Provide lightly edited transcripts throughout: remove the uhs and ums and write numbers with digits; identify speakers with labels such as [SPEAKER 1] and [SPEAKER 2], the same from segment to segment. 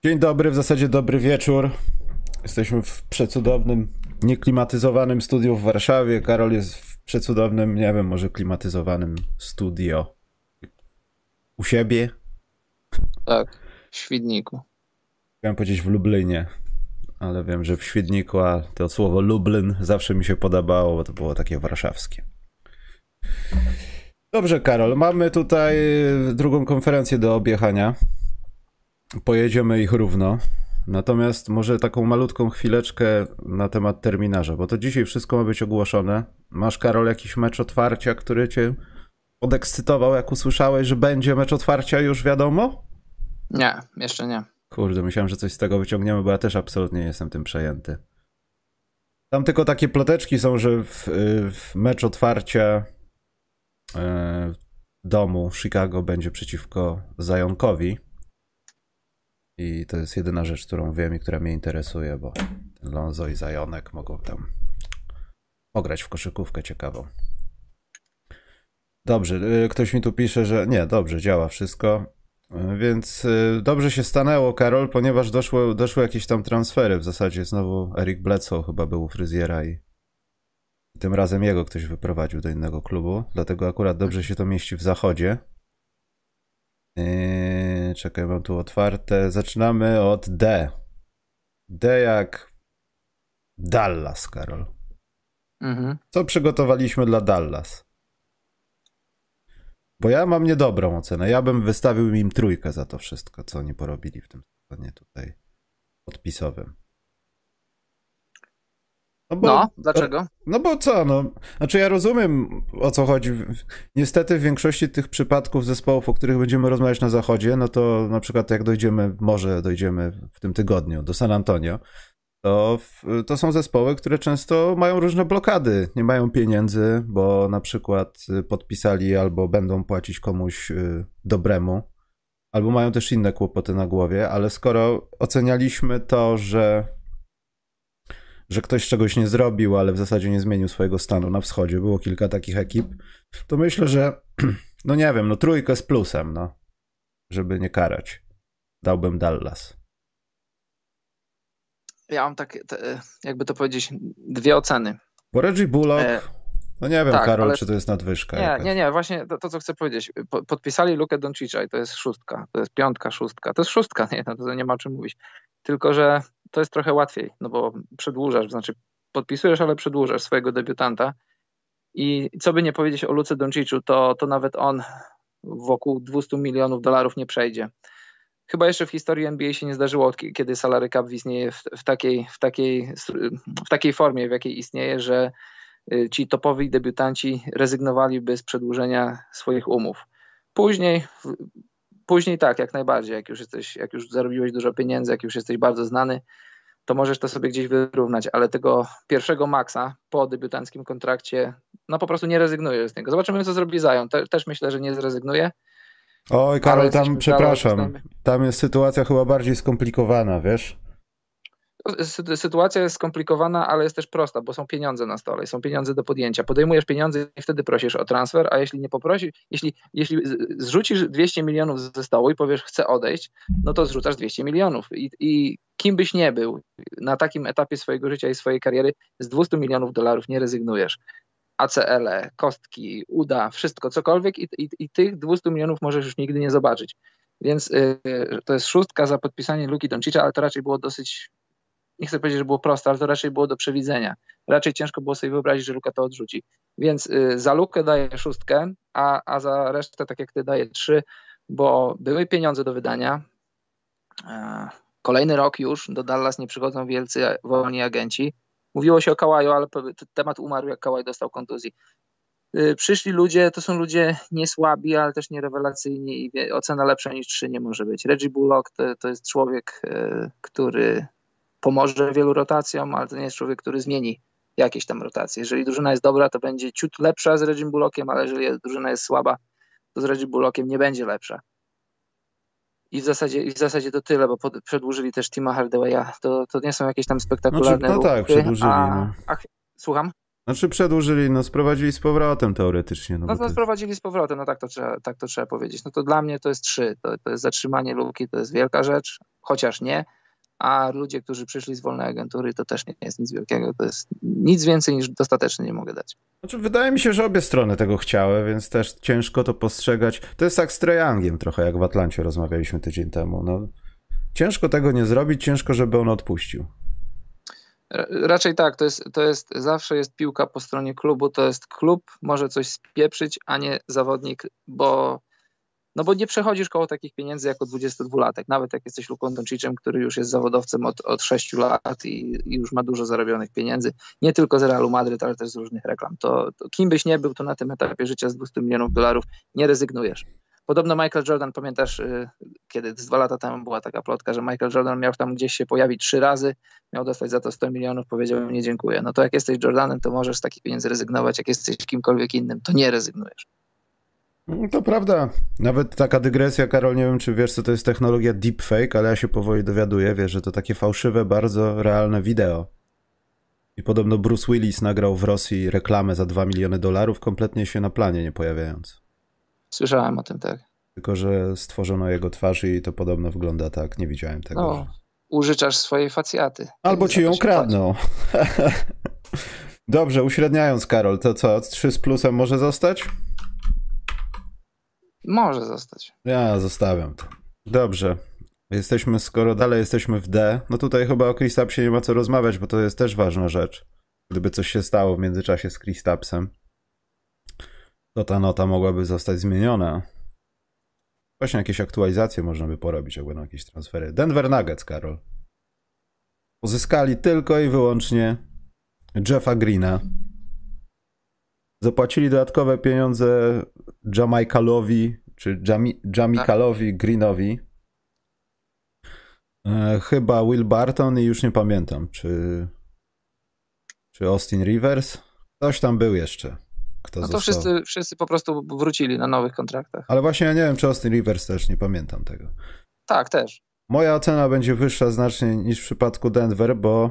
[SPEAKER 1] Dzień dobry, w zasadzie dobry wieczór. Jesteśmy w przecudownym, nieklimatyzowanym studiu w Warszawie. Karol jest w przecudownym, nie wiem, może klimatyzowanym studio u siebie.
[SPEAKER 2] Tak, w Świdniku.
[SPEAKER 1] Chciałem powiedzieć w Lublinie, ale wiem, że w Świdniku, a to słowo Lublin zawsze mi się podobało, bo to było takie warszawskie. Dobrze, Karol, mamy tutaj drugą konferencję do objechania. Pojedziemy ich równo. Natomiast może taką malutką chwileczkę na temat terminarza, bo to dzisiaj wszystko ma być ogłoszone. Masz, Karol, jakiś mecz otwarcia, który cię podekscytował, jak usłyszałeś, że będzie mecz otwarcia, już wiadomo?
[SPEAKER 2] Nie, jeszcze nie.
[SPEAKER 1] Kurde, myślałem, że coś z tego wyciągniemy, bo ja też absolutnie nie jestem tym przejęty. Tam tylko takie ploteczki są, że w mecz otwarcia domu Chicago będzie przeciwko Zionkowi. I to jest jedyna rzecz, którą wiem i która mnie interesuje, bo ten Lonzo i Zionek mogą tam pograć w koszykówkę ciekawą. Dobrze, ktoś mi tu pisze, że nie, dobrze, działa wszystko. Więc dobrze się stanęło, Karol, ponieważ doszły jakieś tam transfery. W zasadzie znowu Eric Bledsoe chyba był u fryzjera i tym razem jego ktoś wyprowadził do innego klubu. Dlatego akurat dobrze się to mieści w zachodzie. Czekaj, mam tu otwarte. Zaczynamy od D. D jak Dallas, Karol. Co przygotowaliśmy dla Dallas? Bo ja mam niedobrą ocenę. Ja bym wystawił im 3 za to wszystko, co oni porobili w tym sezonie tutaj podpisowym.
[SPEAKER 2] Dlaczego?
[SPEAKER 1] No bo co, no. Znaczy ja rozumiem, o co chodzi. Niestety w większości tych przypadków zespołów, o których będziemy rozmawiać na zachodzie, no to na przykład jak może dojdziemy w tym tygodniu do San Antonio, to są zespoły, które często mają różne blokady. Nie mają pieniędzy, bo na przykład podpisali albo będą płacić komuś dobremu, albo mają też inne kłopoty na głowie, ale skoro ocenialiśmy to, że ktoś czegoś nie zrobił, ale w zasadzie nie zmienił swojego stanu na wschodzie, było kilka takich ekip, to myślę, że no nie wiem, no 3 z plusem, no, żeby nie karać. Dałbym Dallas.
[SPEAKER 2] Ja mam tak, jakby to powiedzieć, 2 oceny.
[SPEAKER 1] Bo Reggie Bullock, no nie wiem, tak, Karol, ale czy to jest nadwyżka jakaś.
[SPEAKER 2] Nie, właśnie to co chcę powiedzieć. Podpisali Lukę Doncicza i to jest 6, to jest 5, 6, to jest 6, nie, no to nie ma o czym mówić. Tylko że to jest trochę łatwiej, no bo przedłużasz, znaczy podpisujesz, ale przedłużasz swojego debiutanta i co by nie powiedzieć o Luce Donciczu, to nawet on wokół $200 milionów nie przejdzie. Chyba jeszcze w historii NBA się nie zdarzyło, kiedy salary cap istnieje w takiej formie, w jakiej istnieje, że ci topowi debiutanci rezygnowaliby z przedłużenia swoich umów. Później tak, jak najbardziej, jak już zarobiłeś dużo pieniędzy, jak już jesteś bardzo znany, to możesz to sobie gdzieś wyrównać, ale tego pierwszego maksa po debiutanckim kontrakcie, no po prostu nie rezygnuje z niego. Zobaczymy, co zrobi Zion. Też myślę, że nie zrezygnuje.
[SPEAKER 1] Oj, Karol, tam przepraszam, tam jest sytuacja chyba bardziej skomplikowana, wiesz?
[SPEAKER 2] Sytuacja jest skomplikowana, ale jest też prosta, bo są pieniądze na stole, są pieniądze do podjęcia. Podejmujesz pieniądze i wtedy prosisz o transfer, a jeśli nie poprosisz, jeśli zrzucisz 200 milionów ze stołu i powiesz, chcę odejść, no to zrzucasz 200 milionów. I kim byś nie był na takim etapie swojego życia i swojej kariery, z $200 milionów nie rezygnujesz. ACL, kostki, uda, wszystko, cokolwiek i tych 200 milionów możesz już nigdy nie zobaczyć. Więc to jest 6 za podpisanie Luki Doncicza, ale to raczej było dosyć, nie chcę powiedzieć, że było proste, ale to raczej było do przewidzenia. Raczej ciężko było sobie wyobrazić, że Luka to odrzuci. Więc za Lukę daję 6, a za resztę, tak jak ty, daję 3, bo były pieniądze do wydania. Kolejny rok już do Dallas nie przychodzą wielcy wolni agenci. Mówiło się o Kałaju, ale temat umarł, jak Kałaj dostał kontuzji. Przyszli ludzie, to są ludzie nie słabi, ale też nie rewelacyjni i ocena lepsza niż 3 nie może być. Reggie Bullock to jest człowiek, który pomoże wielu rotacjom, ale to nie jest człowiek, który zmieni jakieś tam rotacje. Jeżeli drużyna jest dobra, to będzie ciut lepsza z Reggie Bullockiem, ale jeżeli drużyna jest słaba, to z Reggie Bullockiem nie będzie lepsza. I w zasadzie to tyle, bo przedłużyli też Tima Hardawaya. To nie są jakieś tam spektakularne
[SPEAKER 1] ruchy. Tak, przedłużyli.
[SPEAKER 2] Słucham?
[SPEAKER 1] Znaczy przedłużyli, no sprowadzili z powrotem teoretycznie.
[SPEAKER 2] No to sprowadzili z powrotem, no tak to trzeba powiedzieć. No to dla mnie to jest 3. To jest zatrzymanie luki, to jest wielka rzecz, chociaż nie. A ludzie, którzy przyszli z wolnej agentury, to też nie jest nic wielkiego. To jest nic więcej niż dostateczne nie mogę dać.
[SPEAKER 1] Znaczy, wydaje mi się, że obie strony tego chciały, więc też ciężko to postrzegać. To jest tak z Trae Youngiem trochę, jak w Atlancie rozmawialiśmy tydzień temu. No, ciężko tego nie zrobić, ciężko, żeby on odpuścił.
[SPEAKER 2] Raczej tak, zawsze jest piłka po stronie klubu, to jest klub, może coś spieprzyć, a nie zawodnik, bo nie przechodzisz koło takich pieniędzy jako 22-latek, nawet jak jesteś Luką Doncicem, który już jest zawodowcem od 6 lat i już ma dużo zarobionych pieniędzy, nie tylko z Realu Madryt, ale też z różnych reklam. To kim byś nie był, to na tym etapie życia z $200 milionów nie rezygnujesz. Podobno Michael Jordan, pamiętasz, kiedy 2 lata temu była taka plotka, że Michael Jordan miał tam gdzieś się pojawić 3 razy, miał dostać za to 100 milionów, powiedział nie dziękuję. No to jak jesteś Jordanem, to możesz z takich pieniędzy rezygnować, jak jesteś kimkolwiek innym, to nie rezygnujesz.
[SPEAKER 1] To prawda. Nawet taka dygresja, Karol, nie wiem, czy wiesz, co to jest technologia deepfake, ale ja się powoli dowiaduję, wiesz, że to takie fałszywe, bardzo realne wideo. I podobno Bruce Willis nagrał w Rosji reklamę za $2 miliony, kompletnie się na planie nie pojawiając.
[SPEAKER 2] Słyszałem o tym, tak.
[SPEAKER 1] Tylko że stworzono jego twarz i to podobno wygląda tak, nie widziałem tego.
[SPEAKER 2] No, użyczasz swojej facjaty.
[SPEAKER 1] Albo ci ją kradną. Dobrze, uśredniając, Karol, to co, 3 z plusem może zostać?
[SPEAKER 2] Może zostać.
[SPEAKER 1] Ja zostawiam to. Dobrze. Skoro dalej jesteśmy w D, no tutaj chyba o Kristapsie nie ma co rozmawiać, bo to jest też ważna rzecz. Gdyby coś się stało w międzyczasie z Kristapsem, to ta nota mogłaby zostać zmieniona. Właśnie jakieś aktualizacje można by porobić, jak będą jakieś transfery. Denver Nuggets, Karol. Pozyskali tylko i wyłącznie Jeffa Greena. Zapłacili dodatkowe pieniądze Jamaicalowi, czy Jamicalowi Greenowi. Chyba Will Barton i już nie pamiętam, czy Austin Rivers. Ktoś tam był jeszcze.
[SPEAKER 2] No to wszyscy po prostu wrócili na nowych kontraktach.
[SPEAKER 1] Ale właśnie ja nie wiem, czy Austin Rivers też, nie pamiętam tego.
[SPEAKER 2] Tak, też.
[SPEAKER 1] Moja ocena będzie wyższa znacznie niż w przypadku Denver, bo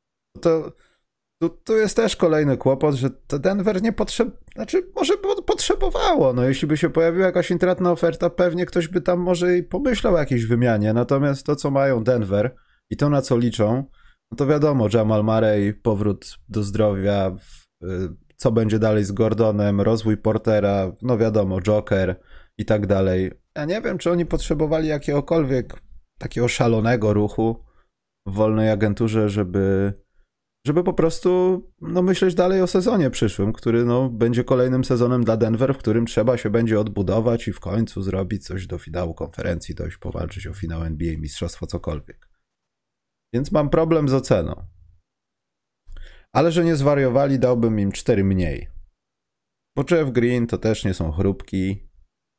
[SPEAKER 1] tu jest też kolejny kłopot, że to Denver nie może potrzebowało. No jeśli by się pojawiła jakaś intratna oferta, pewnie ktoś by tam może i pomyślał o jakiejś wymianie. Natomiast to, co mają Denver i to, na co liczą, no to wiadomo, Jamal Murray, powrót do zdrowia, co będzie dalej z Gordonem, rozwój Portera, no wiadomo, Joker i tak dalej. Ja nie wiem, czy oni potrzebowali jakiegokolwiek takiego szalonego ruchu w wolnej agenturze, żeby po prostu myśleć dalej o sezonie przyszłym, który będzie kolejnym sezonem dla Denver, w którym trzeba się będzie odbudować i w końcu zrobić coś do finału konferencji, dojść powalczyć o finał NBA, mistrzostwo, cokolwiek. Więc mam problem z oceną. Ale że nie zwariowali, dałbym im 4 mniej. Bo Jeff Green to też nie są chrupki.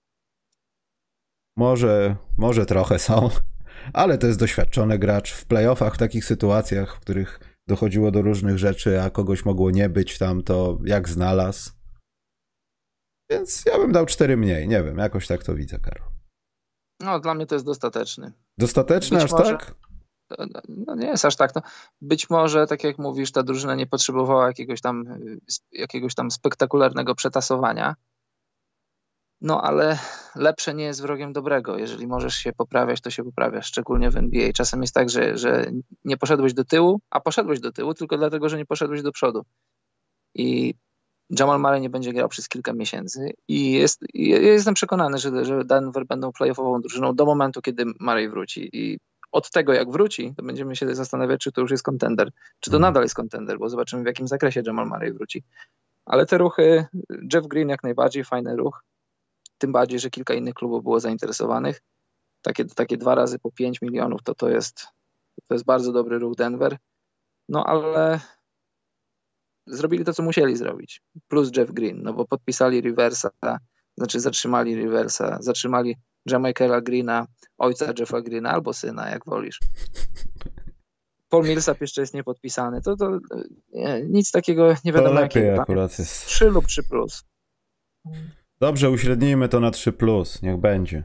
[SPEAKER 1] Może trochę są, ale to jest doświadczony gracz w playoffach, w takich sytuacjach, w których dochodziło do różnych rzeczy, a kogoś mogło nie być tam, to jak znalazł. Więc ja bym dał 4 mniej. Nie wiem, jakoś tak to widzę, Karol.
[SPEAKER 2] No, dla mnie to jest dostateczny.
[SPEAKER 1] Dostateczny aż może... tak?
[SPEAKER 2] No nie jest aż tak. No, być może, tak jak mówisz, ta drużyna nie potrzebowała jakiegoś tam spektakularnego przetasowania. No ale lepsze nie jest wrogiem dobrego. Jeżeli możesz się poprawiać, to się poprawiasz, szczególnie w NBA. Czasem jest tak, że nie poszedłeś do tyłu, a poszedłeś do tyłu tylko dlatego, że nie poszedłeś do przodu. I Jamal Murray nie będzie grał przez kilka miesięcy i jestem przekonany, że Denver będą playoffową drużyną do momentu, kiedy Murray wróci. I od tego, jak wróci, to będziemy się zastanawiać, czy to już jest kontender, czy to nadal jest kontender, bo zobaczymy, w jakim zakresie Jamal Murray wróci. Ale te ruchy, Jeff Green jak najbardziej, fajny ruch. Tym bardziej, że kilka innych klubów było zainteresowanych. Takie 2 razy po 5 milionów to jest bardzo dobry ruch Denver. No ale zrobili to, co musieli zrobić. Plus Jeff Green, no bo podpisali Riversa, zatrzymali Riversa, zatrzymali Jamaicala Greena, ojca Jeffa Greena albo syna, jak wolisz. Paul Millsap jeszcze jest niepodpisany. To nic takiego nie wiadomo.
[SPEAKER 1] To lepiej akurat jest.
[SPEAKER 2] 3 lub 3 plus.
[SPEAKER 1] Dobrze, uśrednijmy to na 3+, niech będzie.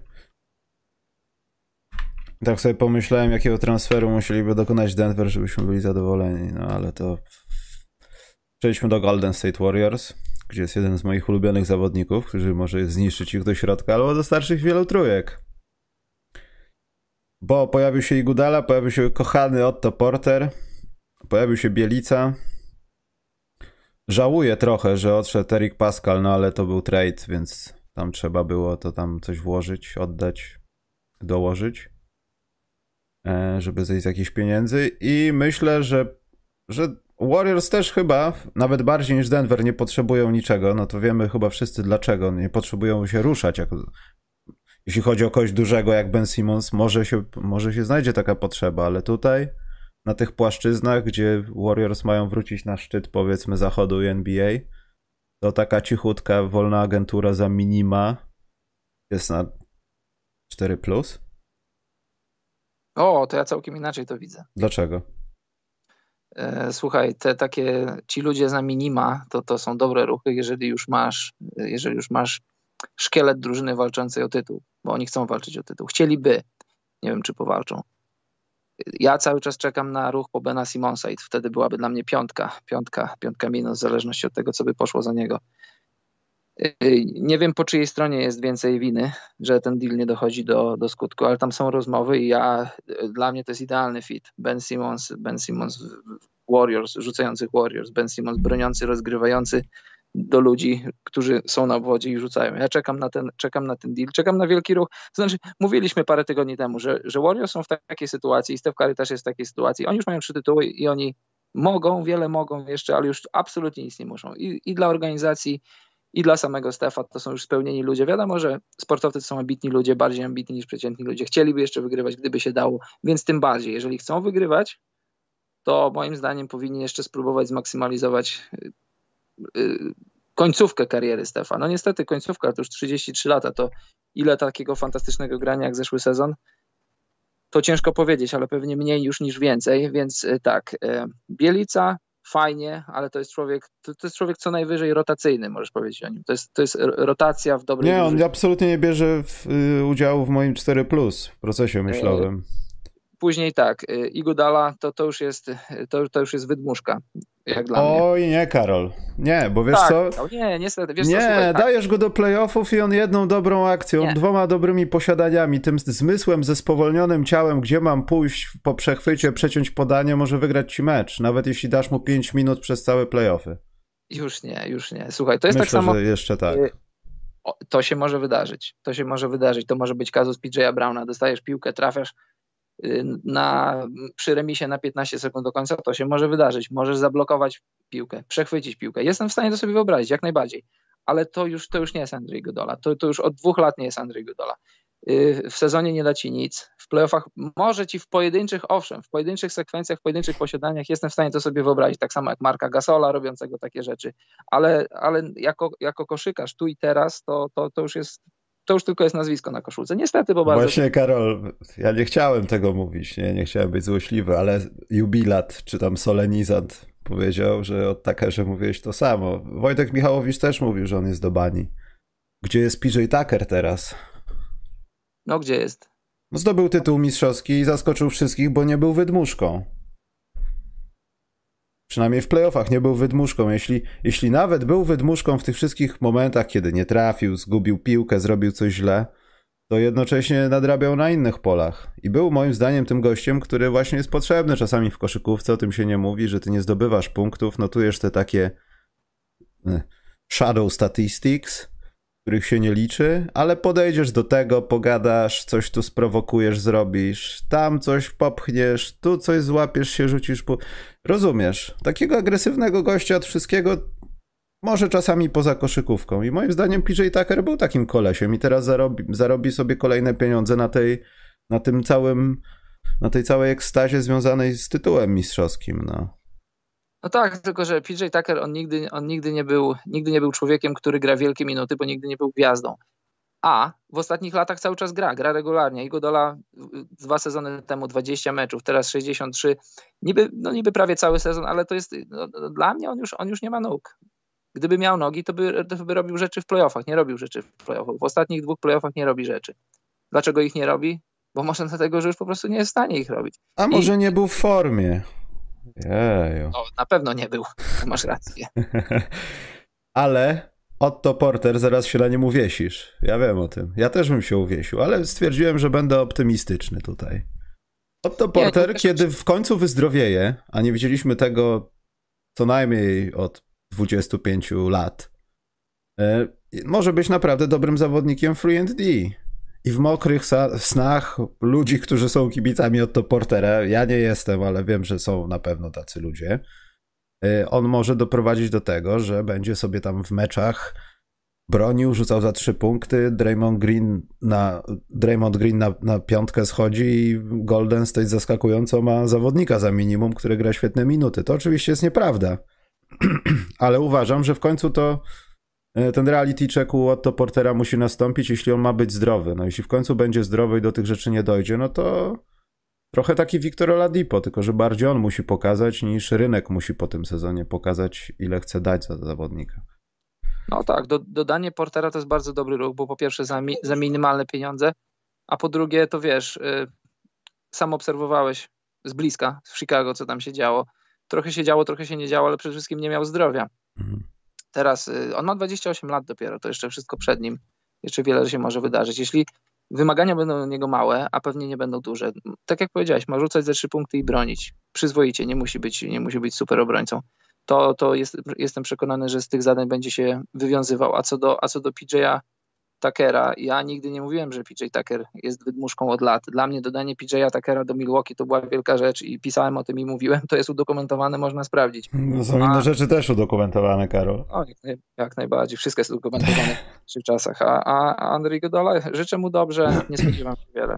[SPEAKER 1] Tak sobie pomyślałem, jakiego transferu musieliby dokonać Denver, żebyśmy byli zadowoleni, no ale to Przejdźmy do Golden State Warriors, gdzie jest jeden z moich ulubionych zawodników, który może zniszczyć ich do środka albo dostarczyć wielu trójek. Bo pojawił się Iguodala, pojawił się kochany Otto Porter, pojawił się Bielica. Żałuję trochę, że odszedł Eric Pascal, no ale to był trade, więc tam trzeba było to tam coś włożyć, oddać, dołożyć, żeby zejść z jakichś pieniędzy. I myślę, że Warriors też chyba, nawet bardziej niż Denver, nie potrzebują niczego. No to wiemy chyba wszyscy dlaczego. Nie potrzebują się ruszać. Jeśli chodzi o kogoś dużego jak Ben Simmons, może się znajdzie taka potrzeba, ale tutaj na tych płaszczyznach, gdzie Warriors mają wrócić na szczyt, powiedzmy, zachodu i NBA, to taka cichutka, wolna agentura za minima jest na 4+.
[SPEAKER 2] O, to ja całkiem inaczej to widzę.
[SPEAKER 1] Dlaczego?
[SPEAKER 2] Słuchaj, ci ludzie za minima, to są dobre ruchy, jeżeli już masz szkielet drużyny walczącej o tytuł, bo oni chcą walczyć o tytuł. Chcieliby, nie wiem czy powalczą. Ja cały czas czekam na ruch po Bena Simmonsa i wtedy byłaby dla mnie piątka minus, w zależności od tego, co by poszło za niego. Nie wiem, po czyjej stronie jest więcej winy, że ten deal nie dochodzi do skutku, ale tam są rozmowy i dla mnie to jest idealny fit. Ben Simmons Warriors, rzucających Warriors, Ben Simmons broniący, rozgrywający do ludzi, którzy są na obwodzie i rzucają. Ja czekam na ten deal, czekam na wielki ruch. To znaczy, mówiliśmy parę tygodni temu, że Warriors są w takiej sytuacji i Steph Curry też jest w takiej sytuacji. Oni już mają 3 tytuły i oni wiele mogą jeszcze, ale już absolutnie nic nie muszą. I dla organizacji, i dla samego Stefa to są już spełnieni ludzie. Wiadomo, że sportowcy to są ambitni ludzie, bardziej ambitni niż przeciętni ludzie. Chcieliby jeszcze wygrywać, gdyby się dało, więc tym bardziej, jeżeli chcą wygrywać, to moim zdaniem powinni jeszcze spróbować zmaksymalizować końcówkę kariery Stefa. No niestety końcówka, to już 33 lata, to ile takiego fantastycznego grania jak zeszły sezon, to ciężko powiedzieć, ale pewnie mniej już niż więcej, więc tak, Bielica fajnie, ale to jest człowiek co najwyżej rotacyjny, możesz powiedzieć o nim. To jest rotacja w dobrej
[SPEAKER 1] Nie,
[SPEAKER 2] drużynie.
[SPEAKER 1] on absolutnie nie bierze udziału w moim 4+ w procesie myślowym.
[SPEAKER 2] Później tak, Iguodala to już jest wydmuszka, jak dla mnie.
[SPEAKER 1] Oj, nie, Karol. Nie, bo wiesz co?
[SPEAKER 2] Nie, niestety. Wiesz
[SPEAKER 1] nie,
[SPEAKER 2] co, słuchaj,
[SPEAKER 1] dajesz go do playoffów i on jedną dobrą akcją,
[SPEAKER 2] Nie.
[SPEAKER 1] 2 dobrymi posiadaniami, tym zmysłem ze spowolnionym ciałem, gdzie mam pójść po przechwycie, przeciąć podanie, może wygrać ci mecz, nawet jeśli dasz mu 5 minut przez całe playoffy.
[SPEAKER 2] Już nie. Słuchaj, to jest
[SPEAKER 1] Myślę,
[SPEAKER 2] tak samo.
[SPEAKER 1] że jeszcze tak.
[SPEAKER 2] To się może wydarzyć. To może być kazus PJ'a Browna. Dostajesz piłkę, trafiasz przy remisie na 15 sekund do końca, to się może wydarzyć. Możesz zablokować piłkę, przechwycić piłkę. Jestem w stanie to sobie wyobrazić, jak najbardziej. Ale to już nie jest Andre Iguodala. To już od 2 lat nie jest Andre Iguodala. W sezonie nie da ci nic. W playoffach może ci w pojedynczych sekwencjach, w pojedynczych posiadaniach jestem w stanie to sobie wyobrazić. Tak samo jak Marka Gasola robiącego takie rzeczy. Ale jako koszykarz tu i teraz to już tylko jest nazwisko na koszulce. Niestety, bo bardzo...
[SPEAKER 1] Właśnie, Karol, ja nie chciałem tego mówić, nie chciałem być złośliwy, ale jubilat, czy tam solenizant powiedział, że od Tuckerze mówiłeś to samo. Wojtek Michałowicz też mówił, że on jest do bani. Gdzie jest PJ Tucker teraz?
[SPEAKER 2] No, gdzie jest?
[SPEAKER 1] No, zdobył tytuł mistrzowski i zaskoczył wszystkich, bo nie był wydmuszką. Przynajmniej w playoffach nie był wydmuszką. Jeśli nawet był wydmuszką w tych wszystkich momentach, kiedy nie trafił, zgubił piłkę, zrobił coś źle, to jednocześnie nadrabiał na innych polach. I był moim zdaniem tym gościem, który właśnie jest potrzebny czasami w koszykówce. O tym się nie mówi, że ty nie zdobywasz punktów, notujesz te takie shadow statistics, których się nie liczy, ale podejdziesz do tego, pogadasz, coś tu sprowokujesz, zrobisz, tam coś popchniesz, tu coś złapiesz się, rzucisz Rozumiesz? Takiego agresywnego gościa od wszystkiego może czasami poza koszykówką. I moim zdaniem PJ Tucker był takim kolesiem i teraz zarobi sobie kolejne pieniądze na tej całej ekstazie związanej z tytułem mistrzowskim, no.
[SPEAKER 2] No tak, tylko że PJ Tucker, on nigdy nie był człowiekiem, który gra wielkie minuty, bo nigdy nie był gwiazdą. A w ostatnich latach cały czas gra regularnie. Iguodala 2 sezony temu 20 meczów, teraz 63. Niby prawie cały sezon, ale to jest dla mnie on już nie ma nóg. Gdyby miał nogi, to by robił rzeczy w playoffach. Nie robił rzeczy w playoffach. W ostatnich 2 playoffach nie robi rzeczy. Dlaczego ich nie robi? Bo może dlatego, że już po prostu nie jest w stanie ich robić.
[SPEAKER 1] A może nie był w formie. Jeju.
[SPEAKER 2] No, na pewno nie był, masz rację.
[SPEAKER 1] Ale Otto Porter, zaraz się na nim uwiesisz. Ja wiem o tym. Ja też bym się uwiesił, ale stwierdziłem, że będę optymistyczny tutaj. Otto Porter, kiedy w końcu wyzdrowieje, a nie widzieliśmy tego co najmniej od 25 lat, może być naprawdę dobrym zawodnikiem free and D. I w mokrych snach ludzi, którzy są kibicami Otto Portera, ja nie jestem, ale wiem, że są na pewno tacy ludzie, on może doprowadzić do tego, że będzie sobie tam w meczach bronił, rzucał za 3 punkty, Draymond Green na piątkę schodzi i Golden State zaskakująco ma zawodnika za minimum, który gra świetne minuty. To oczywiście jest nieprawda, ale uważam, że w końcu to ten reality check u Otto Portera musi nastąpić, jeśli on ma być zdrowy. No jeśli w końcu będzie zdrowy i do tych rzeczy nie dojdzie, no to trochę taki Victor Oladipo, tylko że bardziej on musi pokazać niż rynek musi po tym sezonie pokazać, ile chce dać za zawodnika.
[SPEAKER 2] No tak, dodanie Portera to jest bardzo dobry ruch, bo po pierwsze za minimalne pieniądze, a po drugie to wiesz, sam obserwowałeś z bliska w Chicago, co tam się działo. Trochę się działo, trochę się nie działo, ale przede wszystkim nie miał zdrowia. Teraz on ma 28 lat dopiero, to jeszcze wszystko przed nim. Jeszcze wiele się może wydarzyć. Jeśli wymagania będą do niego małe, a pewnie nie będą duże, tak jak powiedziałeś, ma rzucać ze 3 punkty i bronić. Przyzwoicie, nie musi być super obrońcą. Jestem przekonany, że z tych zadań będzie się wywiązywał. A co do PJ'a Tuckera, ja nigdy nie mówiłem, że PJ Tucker jest wydmuszką od lat. Dla mnie dodanie PJ'a Tuckera do Milwaukee to była wielka rzecz i pisałem o tym i mówiłem, to jest udokumentowane, można sprawdzić.
[SPEAKER 1] No są inne rzeczy też udokumentowane, Karol.
[SPEAKER 2] O, jak najbardziej, wszystko jest udokumentowane w tych czasach. A Andrzej Godola, życzę mu dobrze, nie spodziewam się wiele.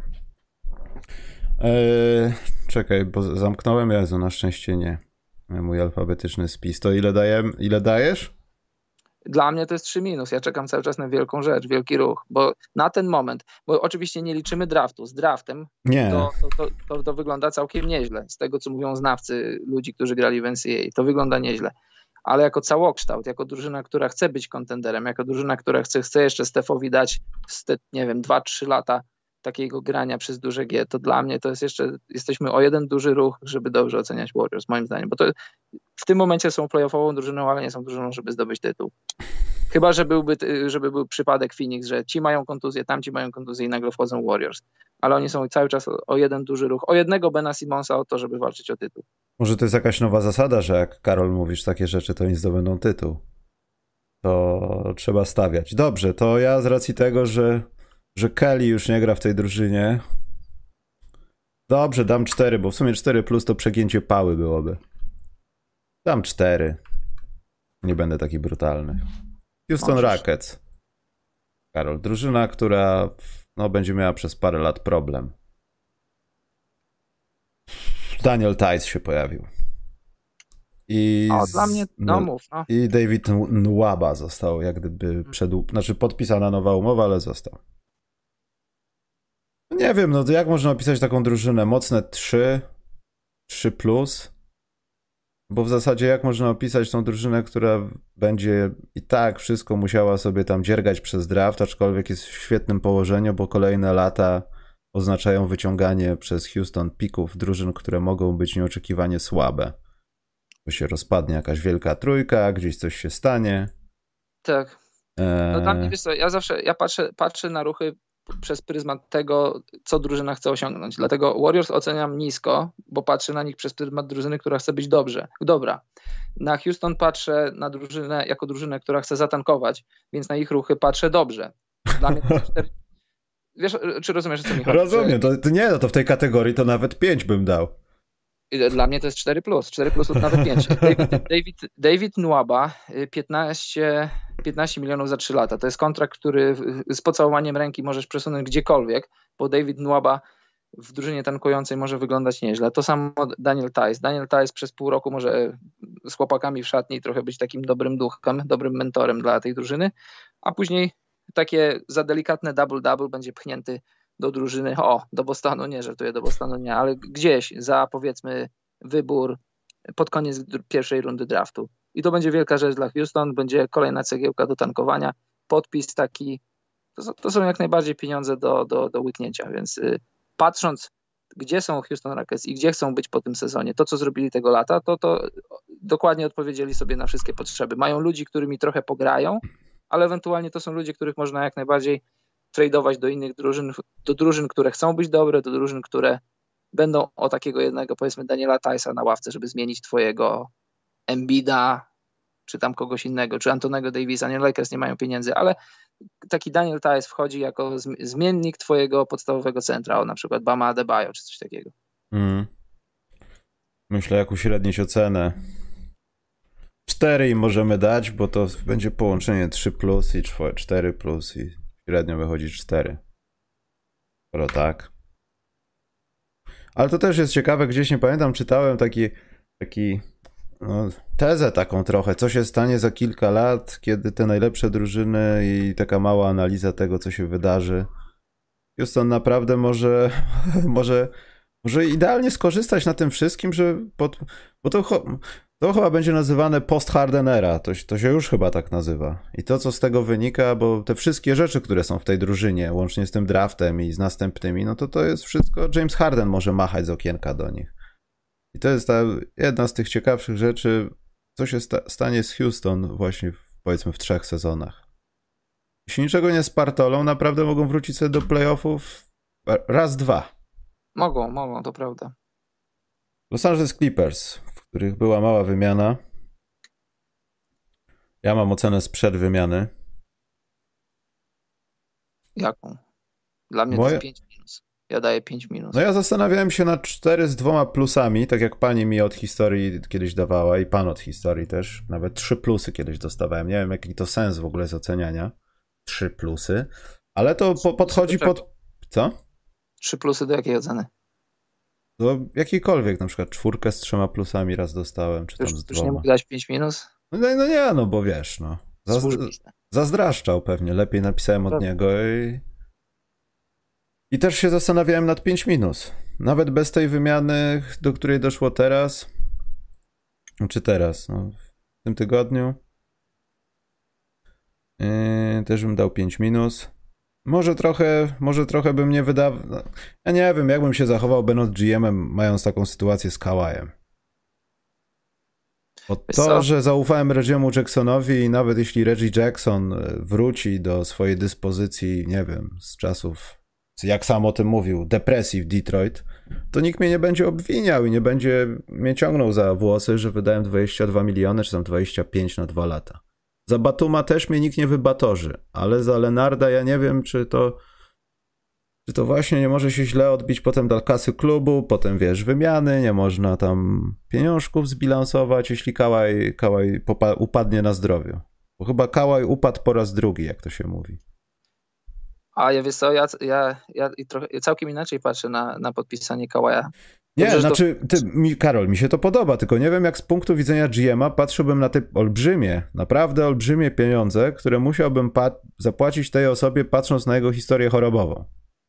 [SPEAKER 1] Czekaj, bo zamknąłem, Jezu, na szczęście nie. Mój alfabetyczny spis. To ile dajesz?
[SPEAKER 2] Dla mnie to jest 3-. Ja czekam cały czas na wielką rzecz, wielki ruch, bo na ten moment, bo oczywiście nie liczymy draftu, z draftem to wygląda całkiem nieźle. Z tego, co mówią znawcy ludzi, którzy grali w NCAA, to wygląda nieźle. Ale jako całokształt, jako drużyna, która chce być kontenderem, jako drużyna, która chce jeszcze Stefowi dać, 2-3 lata takiego grania przez duże G, to dla mnie to jest jeszcze, jesteśmy o jeden duży ruch, żeby dobrze oceniać Warriors, moim zdaniem, bo to w tym momencie są playoffową drużyną, ale nie są drużyną, żeby zdobyć tytuł. Chyba, żeby był przypadek Phoenix, że ci mają kontuzję, tamci mają kontuzję i nagle wchodzą Warriors. Ale oni są cały czas o jeden duży ruch, o jednego Bena Simonsa o to, żeby walczyć o tytuł.
[SPEAKER 1] Może to jest jakaś nowa zasada, że jak Karol mówisz takie rzeczy, to oni zdobędą tytuł. To trzeba stawiać. Dobrze, to ja z racji tego, że Kelly już nie gra w tej drużynie. Dobrze, dam 4, bo w sumie 4 plus to przegięcie pały byłoby. Dam 4. Nie będę taki brutalny. Houston Rockets. Karol, drużyna, która będzie miała przez parę lat problem. Daniel Tice się pojawił.
[SPEAKER 2] Dla mnie, mów.
[SPEAKER 1] I David Nwaba został jak gdyby podpisana nowa umowa, ale został. Nie wiem, jak można opisać taką drużynę? Mocne 3 plus? Bo w zasadzie jak można opisać tą drużynę, która będzie i tak wszystko musiała sobie tam dziergać przez draft, aczkolwiek jest w świetnym położeniu, bo kolejne lata oznaczają wyciąganie przez Houston pików drużyn, które mogą być nieoczekiwanie słabe. Bo się rozpadnie jakaś wielka trójka, gdzieś coś się stanie.
[SPEAKER 2] Tak. Dla mnie, wiesz co, ja patrzę na ruchy przez pryzmat tego, co drużyna chce osiągnąć. Dlatego Warriors oceniam nisko, bo patrzę na nich przez pryzmat drużyny, która chce być dobra. Na Houston patrzę na drużynę jako drużynę, która chce zatankować, więc na ich ruchy patrzę dobrze. Dla mnie to jest 4... Wiesz, czy rozumiesz, o co mi chodzi?
[SPEAKER 1] Rozumiem, to w tej kategorii to nawet 5 bym dał.
[SPEAKER 2] Dla mnie to jest 4+, lub nawet 5. David Nwaba, 15 milionów za 3 lata. To jest kontrakt, który z pocałowaniem ręki możesz przesunąć gdziekolwiek, bo David Nwaba w drużynie tankującej może wyglądać nieźle. To samo Daniel Tice. Daniel Tice przez pół roku może z chłopakami w szatni trochę być takim dobrym duchem, dobrym mentorem dla tej drużyny, a później takie za delikatne double-double będzie pchnięty do drużyny, do Bostonu, nie żartuję, do Bostonu nie, ale gdzieś za powiedzmy wybór pod koniec pierwszej rundy draftu. I to będzie wielka rzecz dla Houston, będzie kolejna cegiełka do tankowania, podpis taki, to są jak najbardziej pieniądze do łyknięcia, więc patrząc gdzie są Houston Rockets i gdzie chcą być po tym sezonie, to co zrobili tego lata, to dokładnie odpowiedzieli sobie na wszystkie potrzeby. Mają ludzi, którymi trochę pograją, ale ewentualnie to są ludzie, których można jak najbardziej tradeować do innych drużyn, do drużyn, które chcą być dobre, do drużyn, które będą o takiego jednego, powiedzmy Daniela Ticea na ławce, żeby zmienić twojego Embida, czy tam kogoś innego, czy Antonego Davisa. Nie, Lakers nie mają pieniędzy, ale taki Daniel Tice wchodzi jako zmiennik twojego podstawowego centra, na przykład Bama Adebayo, czy coś takiego.
[SPEAKER 1] Myślę, jak uśrednić ocenę. 4 im możemy dać, bo to będzie połączenie 3+ i 4+, i średnio wychodzi 4. Skoro tak. Ale to też jest ciekawe, gdzieś nie pamiętam, czytałem taki tezę taką trochę, co się stanie za kilka lat, kiedy te najlepsze drużyny i taka mała analiza tego, co się wydarzy. Houston naprawdę może idealnie skorzystać na tym wszystkim, bo to chyba będzie nazywane post-Harden era, to się już chyba tak nazywa. I to, co z tego wynika, bo te wszystkie rzeczy, które są w tej drużynie, łącznie z tym draftem i z następnymi, no to jest wszystko, James Harden może machać z okienka do nich. I to jest ta jedna z tych ciekawszych rzeczy, co się stanie z Houston właśnie powiedzmy w 3 sezonach. Jeśli niczego nie spartolą, naprawdę mogą wrócić sobie do playoffów raz, 2.
[SPEAKER 2] Mogą, to prawda.
[SPEAKER 1] Los Angeles Clippers, w których była mała wymiana. Ja mam ocenę sprzed wymiany.
[SPEAKER 2] Jaką? Dla mnie to jest 5-. Ja daję 5-.
[SPEAKER 1] No ja zastanawiałem się nad 4 z 2 plusami, tak jak pani mi od historii kiedyś dawała i pan od historii też. Nawet 3 plusy kiedyś dostawałem. Nie wiem, jaki to sens w ogóle z oceniania. 3 plusy. Ale to podchodzi pod... Co?
[SPEAKER 2] 3 plusy do jakiej oceny?
[SPEAKER 1] Do jakiejkolwiek, na przykład 4 z 3 plusami raz dostałem, czy tam z 2.
[SPEAKER 2] Już nie mógł dać 5-?
[SPEAKER 1] No nie, no bo wiesz, no. Zazdraszczał pewnie, lepiej napisałem od niego i też się zastanawiałem nad 5-. Nawet bez tej wymiany, do której doszło teraz, czy teraz, no, w tym tygodniu, też bym dał 5-. Może trochę bym nie wydawał. Ja nie wiem, jakbym się zachował będąc GM-em, mając taką sytuację z Kawajem. Bo to, że zaufałem Reggie'emu Jacksonowi i nawet jeśli Reggie Jackson wróci do swojej dyspozycji, nie wiem, z czasów, jak sam o tym mówił, depresji w Detroit, to nikt mnie nie będzie obwiniał i nie będzie mnie ciągnął za włosy, że wydałem 22 miliony, czy tam 25 na 2 lata. Za Batuma też mnie nikt nie wybatorzy, ale za Lenarda ja nie wiem, czy to właśnie nie może się źle odbić potem do kasy klubu, potem wiesz, wymiany, nie można tam pieniążków zbilansować, jeśli Kawhi upadnie na zdrowiu. Bo chyba Kawhi upadł po raz drugi, jak to się mówi.
[SPEAKER 2] A ja wiesz co, ja trochę całkiem inaczej patrzę na podpisanie Kawaja.
[SPEAKER 1] Nie, znaczy, Karol, mi się to podoba, tylko nie wiem, jak z punktu widzenia GM-a patrzyłbym na te naprawdę olbrzymie pieniądze, które musiałbym zapłacić tej osobie, patrząc na jego historię chorobową.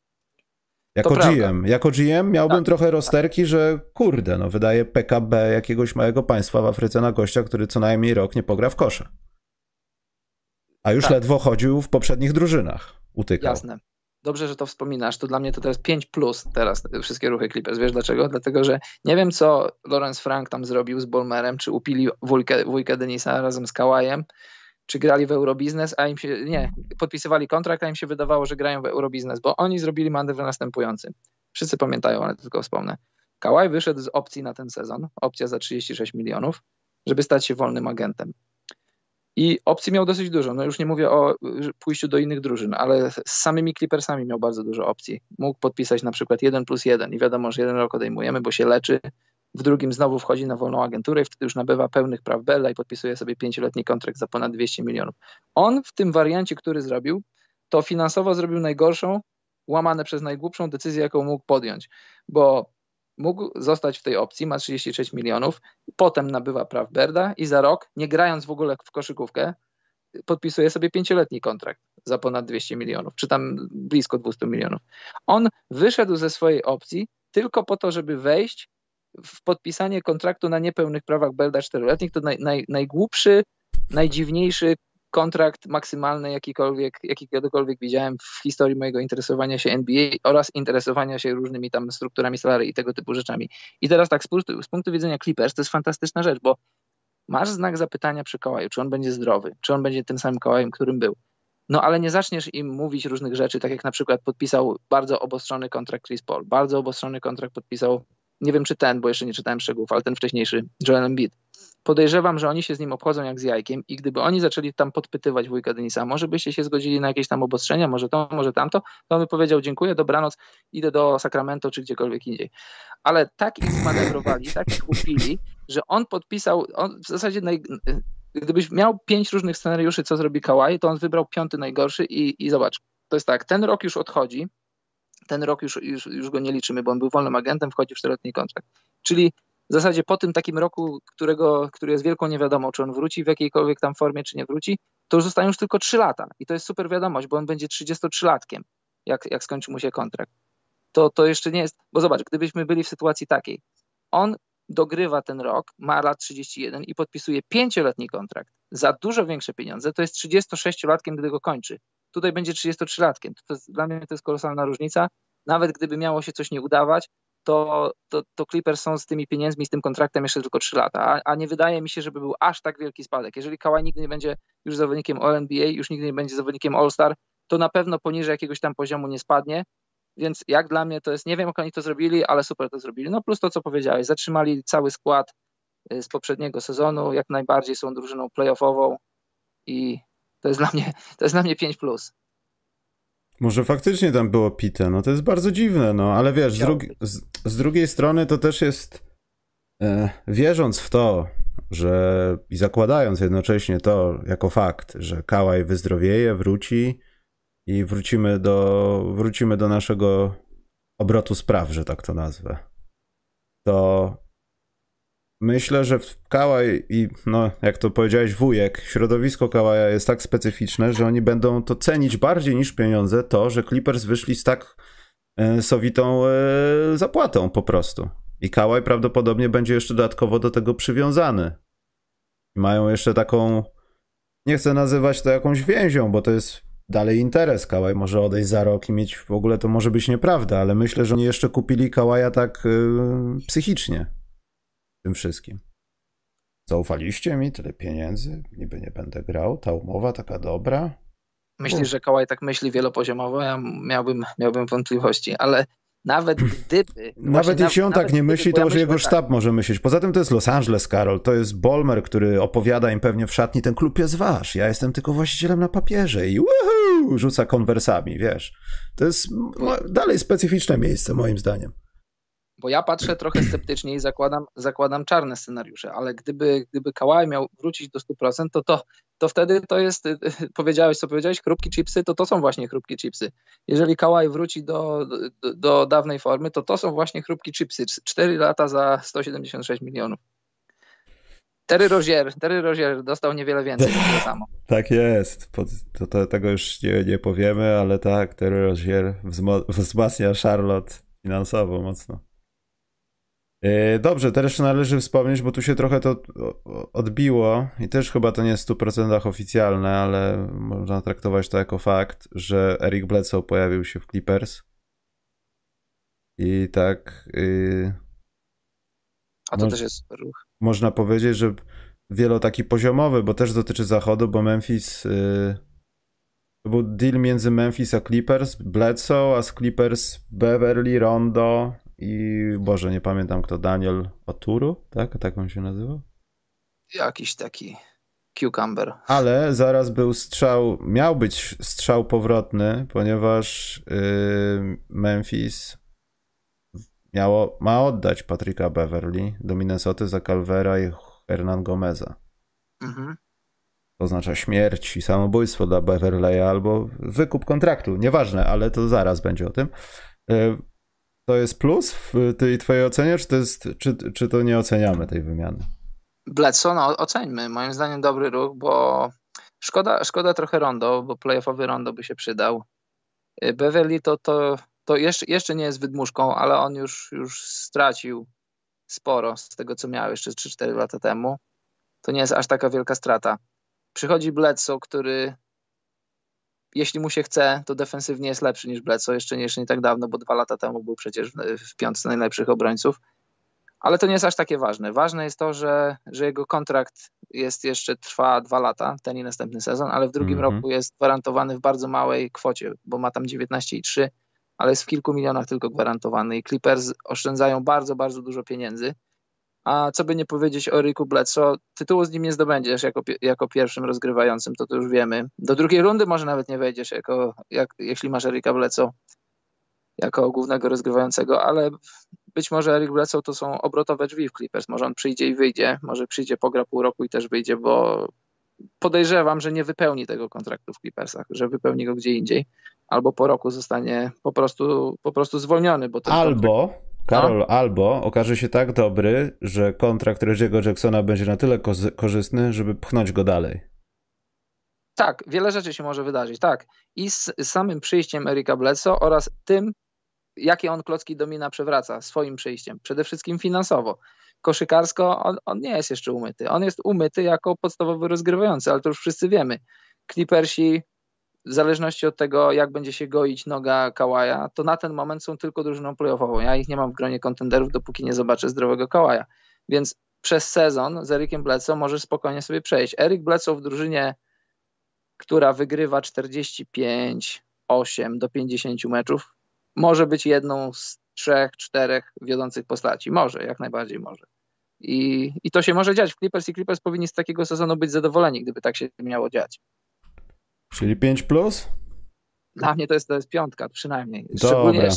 [SPEAKER 1] Jako GM miałbym trochę rozterki, że kurde, no wydaje PKB jakiegoś małego państwa w Afryce na gościa, który co najmniej rok nie pogra w kosze. A już ledwo chodził w poprzednich drużynach. Utykał.
[SPEAKER 2] Jasne. Dobrze, że to wspominasz. To dla mnie to jest 5+ teraz wszystkie ruchy Clippers. Wiesz dlaczego? Dlatego, że nie wiem, co Lawrence Frank tam zrobił z Ballmerem, czy upili wujkę Denisa razem z Kawajem, czy grali w Eurobiznes, a im się, podpisywali kontrakt, a im się wydawało, że grają w Eurobiznes, bo oni zrobili manewr następujący. Wszyscy pamiętają, ale tylko wspomnę. Kawhi wyszedł z opcji na ten sezon, opcja za 36 milionów, żeby stać się wolnym agentem. I opcji miał dosyć dużo. No już nie mówię o pójściu do innych drużyn, ale z samymi Clippersami miał bardzo dużo opcji. Mógł podpisać na przykład 1+1 i wiadomo, że 1 rok odejmujemy, bo się leczy. W drugim znowu wchodzi na wolną agenturę i wtedy już nabywa pełnych praw Bella i podpisuje sobie 5-letni kontrakt za ponad 200 milionów. On w tym wariancie, który zrobił, to finansowo zrobił najgorszą, łamane przez najgłupszą decyzję, jaką mógł podjąć, bo mógł zostać w tej opcji, ma 36 milionów, potem nabywa praw Berda i za rok, nie grając w ogóle w koszykówkę, podpisuje sobie 5-letni kontrakt za ponad 200 milionów, czy tam blisko 200 milionów. On wyszedł ze swojej opcji tylko po to, żeby wejść w podpisanie kontraktu na niepełnych prawach Berda 4-letnich. To najgłupszy, najdziwniejszy kontrakt maksymalny, jaki kiedykolwiek widziałem w historii mojego interesowania się NBA oraz interesowania się różnymi tam strukturami salary i tego typu rzeczami. I teraz tak, z punktu widzenia Clippers to jest fantastyczna rzecz, bo masz znak zapytania przy Kawaju, czy on będzie zdrowy, czy on będzie tym samym Kawajem, którym był. No ale nie zaczniesz im mówić różnych rzeczy, tak jak na przykład podpisał bardzo obostrzony kontrakt Chris Paul, bardzo obostrzony kontrakt podpisał, nie wiem czy ten, bo jeszcze nie czytałem szczegółów, ale ten wcześniejszy, Joel Embiid. Podejrzewam, że oni się z nim obchodzą jak z jajkiem i gdyby oni zaczęli tam podpytywać wujka Denisa, może byście się zgodzili na jakieś tam obostrzenia, może to, może tamto, to on by powiedział dziękuję, dobranoc, idę do Sacramento czy gdziekolwiek indziej. Ale tak ich zmanewrowali, tak ich upili, że on podpisał, w zasadzie gdybyś miał 5 różnych scenariuszy, co zrobi Kawhi, to on wybrał 5. najgorszy i zobacz, to jest tak, ten rok już odchodzi, ten rok już go nie liczymy, bo on był wolnym agentem, wchodzi w 4-letni kontrakt. Czyli w zasadzie po tym takim roku, który jest wielką niewiadomą, czy on wróci w jakiejkolwiek tam formie, czy nie wróci, to już zostają już tylko 3 lata. I to jest super wiadomość, bo on będzie 33-latkiem, jak skończy mu się kontrakt. To jeszcze nie jest, bo zobacz, gdybyśmy byli w sytuacji takiej, on dogrywa ten rok, ma lat 31 i podpisuje 5-letni kontrakt za dużo większe pieniądze, to jest 36-latkiem, gdy go kończy. Tutaj będzie 33-latkiem. Dla mnie to jest kolosalna różnica. Nawet gdyby miało się coś nie udawać, to Clippers są z tymi pieniędzmi, z tym kontraktem jeszcze tylko 3 lata, a nie wydaje mi się, żeby był aż tak wielki spadek. Jeżeli Kawhi nigdy nie będzie już zawodnikiem All-NBA, już nigdy nie będzie zawodnikiem All-Star, to na pewno poniżej jakiegoś tam poziomu nie spadnie, więc jak dla mnie to jest, nie wiem jak oni to zrobili, ale super to zrobili. No plus to, co powiedziałeś, zatrzymali cały skład z poprzedniego sezonu, jak najbardziej są drużyną playoffową i to jest dla mnie 5+.
[SPEAKER 1] Może faktycznie tam było pite, no to jest bardzo dziwne, no ale wiesz, z drugiej strony to też jest, wierząc w to, że i zakładając jednocześnie to jako fakt, że Kawhi wyzdrowieje, wróci i wrócimy do naszego obrotu spraw, że tak to nazwę, to myślę, że w Kawhi i no jak to powiedziałeś wujek, środowisko Kawhi'a jest tak specyficzne, że oni będą to cenić bardziej niż pieniądze, to, że Clippers wyszli z tak sowitą zapłatą po prostu. I Kawhi prawdopodobnie będzie jeszcze dodatkowo do tego przywiązany. Mają jeszcze taką, nie chcę nazywać to jakąś więzią, bo to jest dalej interes. Kawhi może odejść za rok i mieć, w ogóle to może być nieprawda, ale myślę, że oni jeszcze kupili Kawhi'a tak psychicznie. Tym wszystkim. Zaufaliście mi, tyle pieniędzy, niby nie będę grał, ta umowa taka dobra.
[SPEAKER 2] Myślisz, że Kawhi tak myśli wielopoziomowo? Ja miałbym wątpliwości, ale nawet gdyby...
[SPEAKER 1] Nawet jeśli on tak nie myśli, to może jego sztab może myśleć. Poza tym to jest Los Angeles, Karol, to jest Ballmer, który opowiada im pewnie w szatni, ten klub jest wasz, ja jestem tylko właścicielem na papierze i rzuca konwersami, wiesz. To jest dalej specyficzne miejsce, moim zdaniem.
[SPEAKER 2] Bo ja patrzę trochę sceptycznie i zakładam czarne scenariusze, ale gdyby Kawhi miał wrócić do 100%, to wtedy to jest, powiedziałeś, chrupki chipsy, to są właśnie chrupki chipsy. Jeżeli Kawhi wróci do dawnej formy, to są właśnie chrupki chipsy. 4 lata za 176 milionów. Terry Rozier dostał niewiele więcej, tyle samo.
[SPEAKER 1] Tak jest. Tego już nie powiemy, ale tak, Terry Rozier wzmacnia Charlotte finansowo mocno. Dobrze, teraz należy wspomnieć, bo tu się trochę to odbiło i też chyba to nie jest w 100% oficjalne, ale można traktować to jako fakt, że Eric Bledsoe pojawił się w Clippers i tak
[SPEAKER 2] a to też jest ruch.
[SPEAKER 1] Można powiedzieć, że taki poziomowy, bo też dotyczy zachodu, bo Memphis to był deal między Memphis a Clippers, Bledsoe, a z Clippers Beverly, Rondo i Boże, nie pamiętam kto, Daniel Oturu, tak? Tak on się nazywał?
[SPEAKER 2] Jakiś taki cucumber.
[SPEAKER 1] Ale zaraz miał być strzał powrotny, ponieważ Memphis ma oddać Patricka Beverly do Minnesoty za Calvera i Hernan Gomeza. Mhm. To oznacza śmierć i samobójstwo dla Beverly'a albo wykup kontraktu, nieważne, ale to zaraz będzie o tym. To jest plus w tej twojej ocenie, czy to nie oceniamy tej wymiany? Bledsoe,
[SPEAKER 2] no oceńmy. Moim zdaniem dobry ruch, bo szkoda trochę Rondo, bo playoffowy Rondo by się przydał. Beverly to jeszcze nie jest wydmuszką, ale on już stracił sporo z tego, co miał jeszcze 3-4 lata temu. To nie jest aż taka wielka strata. Przychodzi Bledsoe, który jeśli mu się chce, to defensywnie jest lepszy niż Bledsoe, jeszcze nie tak dawno, bo 2 lata temu był przecież w 5 najlepszych obrońców. Ale to nie jest aż takie ważne. Ważne jest to, że jego kontrakt trwa 2 lata, ten i następny sezon, ale w drugim roku jest gwarantowany w bardzo małej kwocie, bo ma tam 19,3, ale jest w kilku milionach tylko gwarantowany i Clippers oszczędzają bardzo, bardzo dużo pieniędzy. A co by nie powiedzieć o Ericu Bledsoe, tytułu z nim nie zdobędziesz jako pierwszym rozgrywającym, to już wiemy. Do drugiej rundy może nawet nie wejdziesz, jeśli masz Erica Bledsoe jako głównego rozgrywającego, ale być może Eric Bledsoe to są obrotowe drzwi w Clippers. Może on przyjdzie i wyjdzie, może przyjdzie, pogra pół roku i też wyjdzie, bo podejrzewam, że nie wypełni tego kontraktu w Clippersach, że wypełni go gdzie indziej, albo po roku zostanie po prostu zwolniony. Bo ten
[SPEAKER 1] albo okaże się tak dobry, że kontrakt Reggie'ego Jacksona będzie na tyle korzystny, żeby pchnąć go dalej.
[SPEAKER 2] Tak, wiele rzeczy się może wydarzyć, tak. I z samym przyjściem Erica Bledsoe oraz tym, jakie on klocki domina przewraca swoim przyjściem. Przede wszystkim finansowo. Koszykarsko on nie jest jeszcze umyty. On jest umyty jako podstawowy rozgrywający, ale to już wszyscy wiemy. Clippersi, w zależności od tego, jak będzie się goić noga Kawaja, to na ten moment są tylko drużyną playoffową. Ja ich nie mam w gronie kontenderów, dopóki nie zobaczę zdrowego Kawaja. Więc przez sezon z Ericiem Bledsoe możesz spokojnie sobie przejść. Eric Bledsoe w drużynie, która wygrywa 45-8 do 50 meczów, może być jedną z 3-4 wiodących postaci. Może, jak najbardziej może. I to się może dziać w Clippers i Clippers powinni z takiego sezonu być zadowoleni, gdyby tak się miało dziać.
[SPEAKER 1] Czyli 5+?
[SPEAKER 2] Dla mnie to jest 5 przynajmniej.
[SPEAKER 1] Dobra.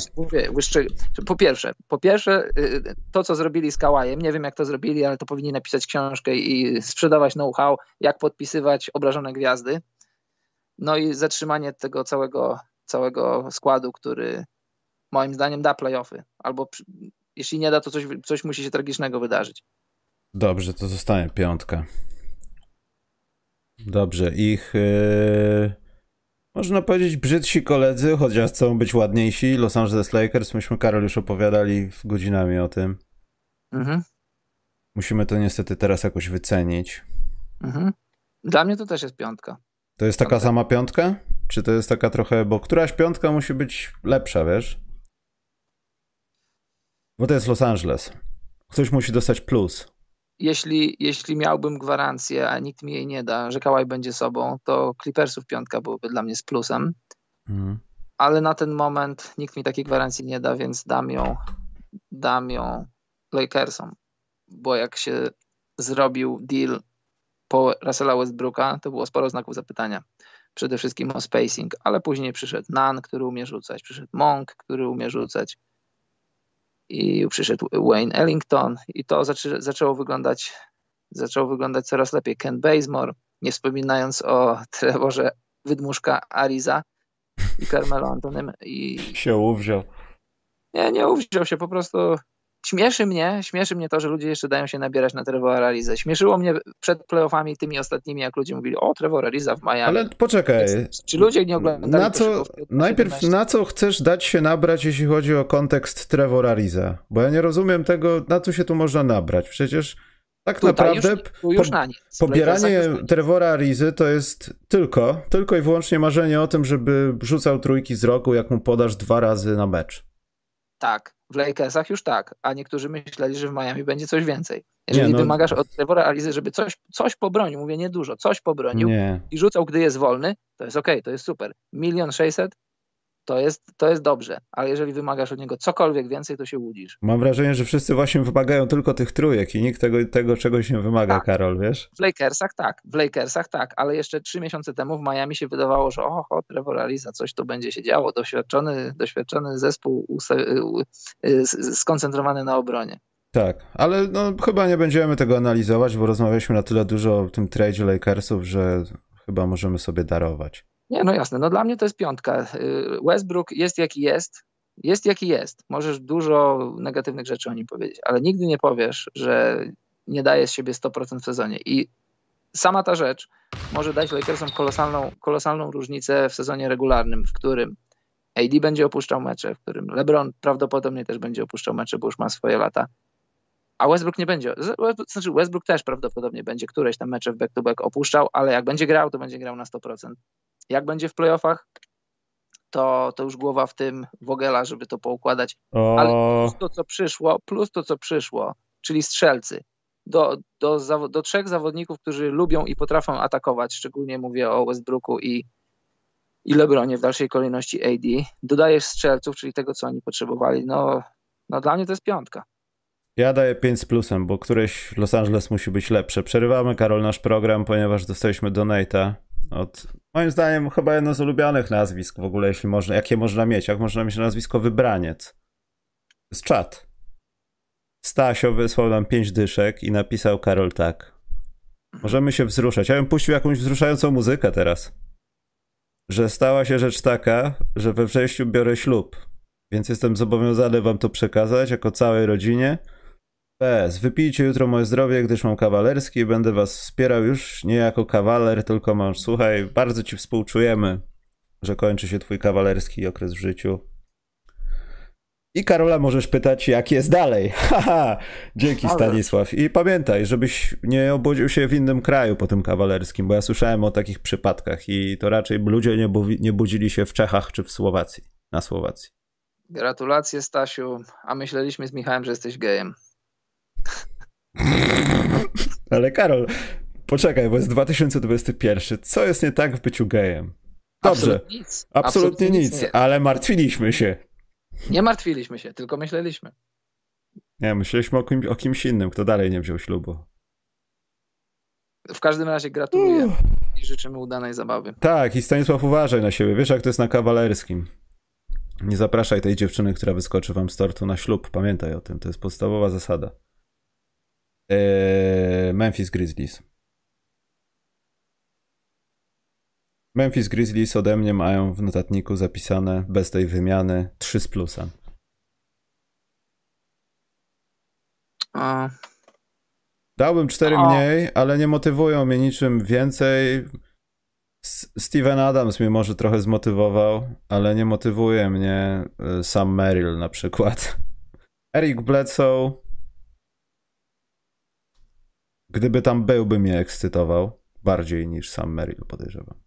[SPEAKER 2] Po pierwsze, to co zrobili z Kawajem, nie wiem jak to zrobili, ale to powinni napisać książkę i sprzedawać know-how, jak podpisywać obrażone gwiazdy. No i zatrzymanie tego całego składu, który moim zdaniem da play-offy. Albo jeśli nie da, to coś musi się tragicznego wydarzyć.
[SPEAKER 1] Dobrze, to zostanie 5. Dobrze, można powiedzieć brzydsi koledzy, chociaż chcą być ładniejsi. Los Angeles Lakers, myśmy, Karol, już opowiadali godzinami o tym. Musimy to niestety teraz jakoś wycenić.
[SPEAKER 2] Dla mnie to też jest 5.
[SPEAKER 1] To jest taka sama 5? Czy to jest taka trochę, bo któraś 5 musi być lepsza, wiesz? Bo to jest Los Angeles. Ktoś musi dostać plus.
[SPEAKER 2] Jeśli miałbym gwarancję, a nikt mi jej nie da, że Kawhi będzie sobą, to Clippersów 5 byłoby dla mnie z plusem. Ale na ten moment nikt mi takiej gwarancji nie da, więc dam ją Lakersom. Bo jak się zrobił deal po Russella Westbrooka, to było sporo znaków zapytania. Przede wszystkim o spacing, ale później przyszedł Nunn, który umie rzucać, przyszedł Monk, który umie rzucać i przyszedł Wayne Ellington i to zaczęło wyglądać coraz lepiej. Ken Bazemore, nie wspominając o Trevorze Wydmuszka Ariza i Carmelo Antonym.
[SPEAKER 1] Się uwziął.
[SPEAKER 2] Nie uwziął się, po prostu śmieszy mnie to, że ludzie jeszcze dają się nabierać na Trevora Arizę. Śmieszyło mnie przed playoffami tymi ostatnimi, jak ludzie mówili, o, Trevor Ariza w Miami.
[SPEAKER 1] Ale poczekaj.
[SPEAKER 2] Czy ludzie nie oglądali
[SPEAKER 1] najpierw na co chcesz dać się nabrać, jeśli chodzi o kontekst Trevor Ariza? Bo ja nie rozumiem tego, na co się tu można nabrać. Przecież tak tutaj naprawdę pobieranie Trevora Arizy to jest tylko i wyłącznie marzenie o tym, żeby rzucał trójki z rogu, jak mu podasz 2 razy na mecz.
[SPEAKER 2] Tak, w Lakersach już tak, a niektórzy myśleli, że w Miami będzie coś więcej. Jeżeli wymagasz od Trevora Arizy, żeby coś pobronił, mówię nie dużo, coś pobronił i rzucał, gdy jest wolny, to jest okej, to jest super. 1 600 000 to jest dobrze, ale jeżeli wymagasz od niego cokolwiek więcej, to się łudzisz.
[SPEAKER 1] Mam wrażenie, że wszyscy właśnie wymagają tylko tych trójek i nikt tego czegoś nie wymaga, tak. Karol, wiesz?
[SPEAKER 2] W Lakersach tak, ale jeszcze 3 miesiące temu w Miami się wydawało, że Trevor Ariza, coś tu będzie się działo, doświadczony zespół skoncentrowany na obronie.
[SPEAKER 1] Tak, ale chyba nie będziemy tego analizować, bo rozmawialiśmy na tyle dużo o tym tradzie Lakersów, że chyba możemy sobie darować.
[SPEAKER 2] Nie, jasne, dla mnie to jest 5. Westbrook jest jaki jest. Możesz dużo negatywnych rzeczy o nim powiedzieć, ale nigdy nie powiesz, że nie daje z siebie 100% w sezonie. I sama ta rzecz może dać Lakersom kolosalną różnicę w sezonie regularnym, w którym AD będzie opuszczał mecze, w którym LeBron prawdopodobnie też będzie opuszczał mecze, bo już ma swoje lata. A Westbrook nie będzie. Znaczy Westbrook też prawdopodobnie będzie któreś tam mecze w back-to-back opuszczał, ale jak będzie grał, to będzie grał na 100%. Jak będzie w playoffach, to już głowa w tym Vogela, żeby to poukładać. Ale plus to, co przyszło, czyli strzelcy. Do 3 zawodników, którzy lubią i potrafią atakować, szczególnie mówię o Westbrooku i LeBronie w dalszej kolejności AD. Dodajesz strzelców, czyli tego, co oni potrzebowali. No dla mnie to jest 5.
[SPEAKER 1] Ja daję 5 z plusem, bo któreś Los Angeles musi być lepsze. Przerywamy, Karol, nasz program, ponieważ dostaliśmy donate'a od, moim zdaniem, chyba jedno z ulubionych nazwisk w ogóle, jeśli można, jakie można mieć. Jak można mieć nazwisko Wybraniec? To jest czat. Stasio wysłał nam 5 dyszek i napisał Karol tak. Możemy się wzruszać. Ja bym puścił jakąś wzruszającą muzykę teraz. Że stała się rzecz taka, że we wrześniu biorę ślub. Więc jestem zobowiązany wam to przekazać jako całej rodzinie. Wypijcie jutro moje zdrowie, gdyż mam kawalerski i będę was wspierał już nie jako kawaler, tylko mąż. Słuchaj, bardzo ci współczujemy, że kończy się twój kawalerski okres w życiu. I Karola możesz pytać, jak jest dalej. Haha, dzięki Stanisław. I pamiętaj, żebyś nie obudził się w innym kraju po tym kawalerskim, bo ja słyszałem o takich przypadkach i to raczej ludzie nie budzili się w Czechach czy w Słowacji, na Słowacji.
[SPEAKER 2] Gratulacje, Stasiu, a myśleliśmy z Michałem, że jesteś gejem.
[SPEAKER 1] Ale Karol, poczekaj, bo jest 2021. Co jest nie tak w byciu gejem? Dobrze, absolutnie nic, ale martwiliśmy się.
[SPEAKER 2] Nie martwiliśmy się, tylko myśleliśmy.
[SPEAKER 1] Nie, myśleliśmy o kimś innym, kto dalej nie wziął ślubu.
[SPEAKER 2] W każdym razie gratuluję i życzymy udanej zabawy.
[SPEAKER 1] Tak, i Stanisław, uważaj na siebie. Wiesz, jak to jest na kawalerskim. Nie zapraszaj tej dziewczyny, która wyskoczy wam z tortu na ślub. Pamiętaj o tym, to jest podstawowa zasada. Memphis Grizzlies. Memphis Grizzlies ode mnie mają w notatniku zapisane bez tej wymiany 3 z plusem. Dałbym 4 mniej, ale nie motywują mnie niczym więcej. Steven Adams mnie może trochę zmotywował, ale nie motywuje mnie Sam Merrill na przykład. Eric Bledsoe, gdyby tam był, by mnie ekscytował bardziej niż Sam Merrill, podejrzewam.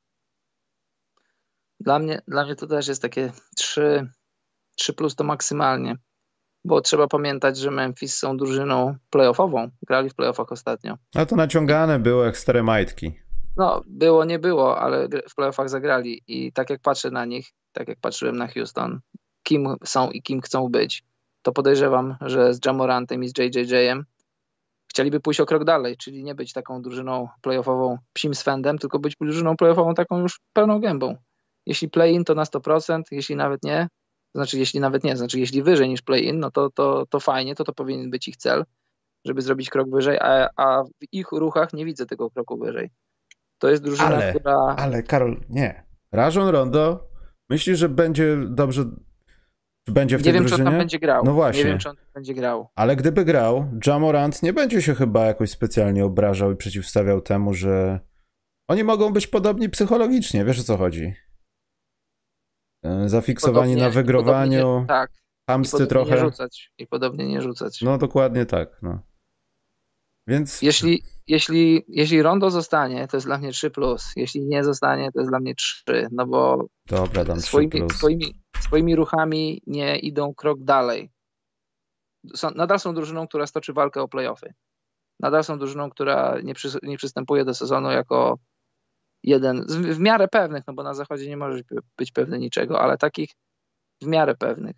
[SPEAKER 2] Dla mnie to też jest takie 3 plus to maksymalnie, bo trzeba pamiętać, że Memphis są drużyną playoffową. Grali w playoffach ostatnio.
[SPEAKER 1] A to naciągane było jak stare majtki.
[SPEAKER 2] No, było, nie było, ale w playoffach zagrali i tak jak patrzę na nich, tak jak patrzyłem na Houston, kim są i kim chcą być, to podejrzewam, że z Ja Morantem i z JJJ-em chcieliby pójść o krok dalej, czyli nie być taką drużyną playoffową psim swędem, tylko być drużyną playoffową taką już pełną gębą. Jeśli play-in to na 100%, jeśli nawet nie, jeśli wyżej niż play-in, no to fajnie, to powinien być ich cel, żeby zrobić krok wyżej, a w ich ruchach nie widzę tego kroku wyżej. To jest drużyna, która...
[SPEAKER 1] Ale Karol, nie. Rajon Rondo, myślisz, że będzie dobrze... Będzie w tej drużynie?
[SPEAKER 2] Nie wiem, czy on tam będzie grał.
[SPEAKER 1] No właśnie.
[SPEAKER 2] Nie wiem, czy on tam będzie grał.
[SPEAKER 1] Ale gdyby grał, Ja Morant nie będzie się chyba jakoś specjalnie obrażał i przeciwstawiał temu, że oni mogą być podobni psychologicznie, wiesz o co chodzi? Zafiksowani na wygrywaniu,
[SPEAKER 2] tak.
[SPEAKER 1] chamscy trochę.
[SPEAKER 2] I podobnie nie rzucać.
[SPEAKER 1] No dokładnie tak, no. Więc...
[SPEAKER 2] Jeśli Rondo zostanie, to jest dla mnie 3+. Jeśli nie zostanie, to jest dla mnie 3, no bo
[SPEAKER 1] dobra, dam 3+.
[SPEAKER 2] Swoimi ruchami nie idą krok dalej. Nadal są drużyną, która stoczy walkę o play-offy. Nadal są drużyną, która nie przystępuje do sezonu jako jeden w miarę pewnych, no bo na zachodzie nie możesz być pewny niczego, ale takich w miarę pewnych.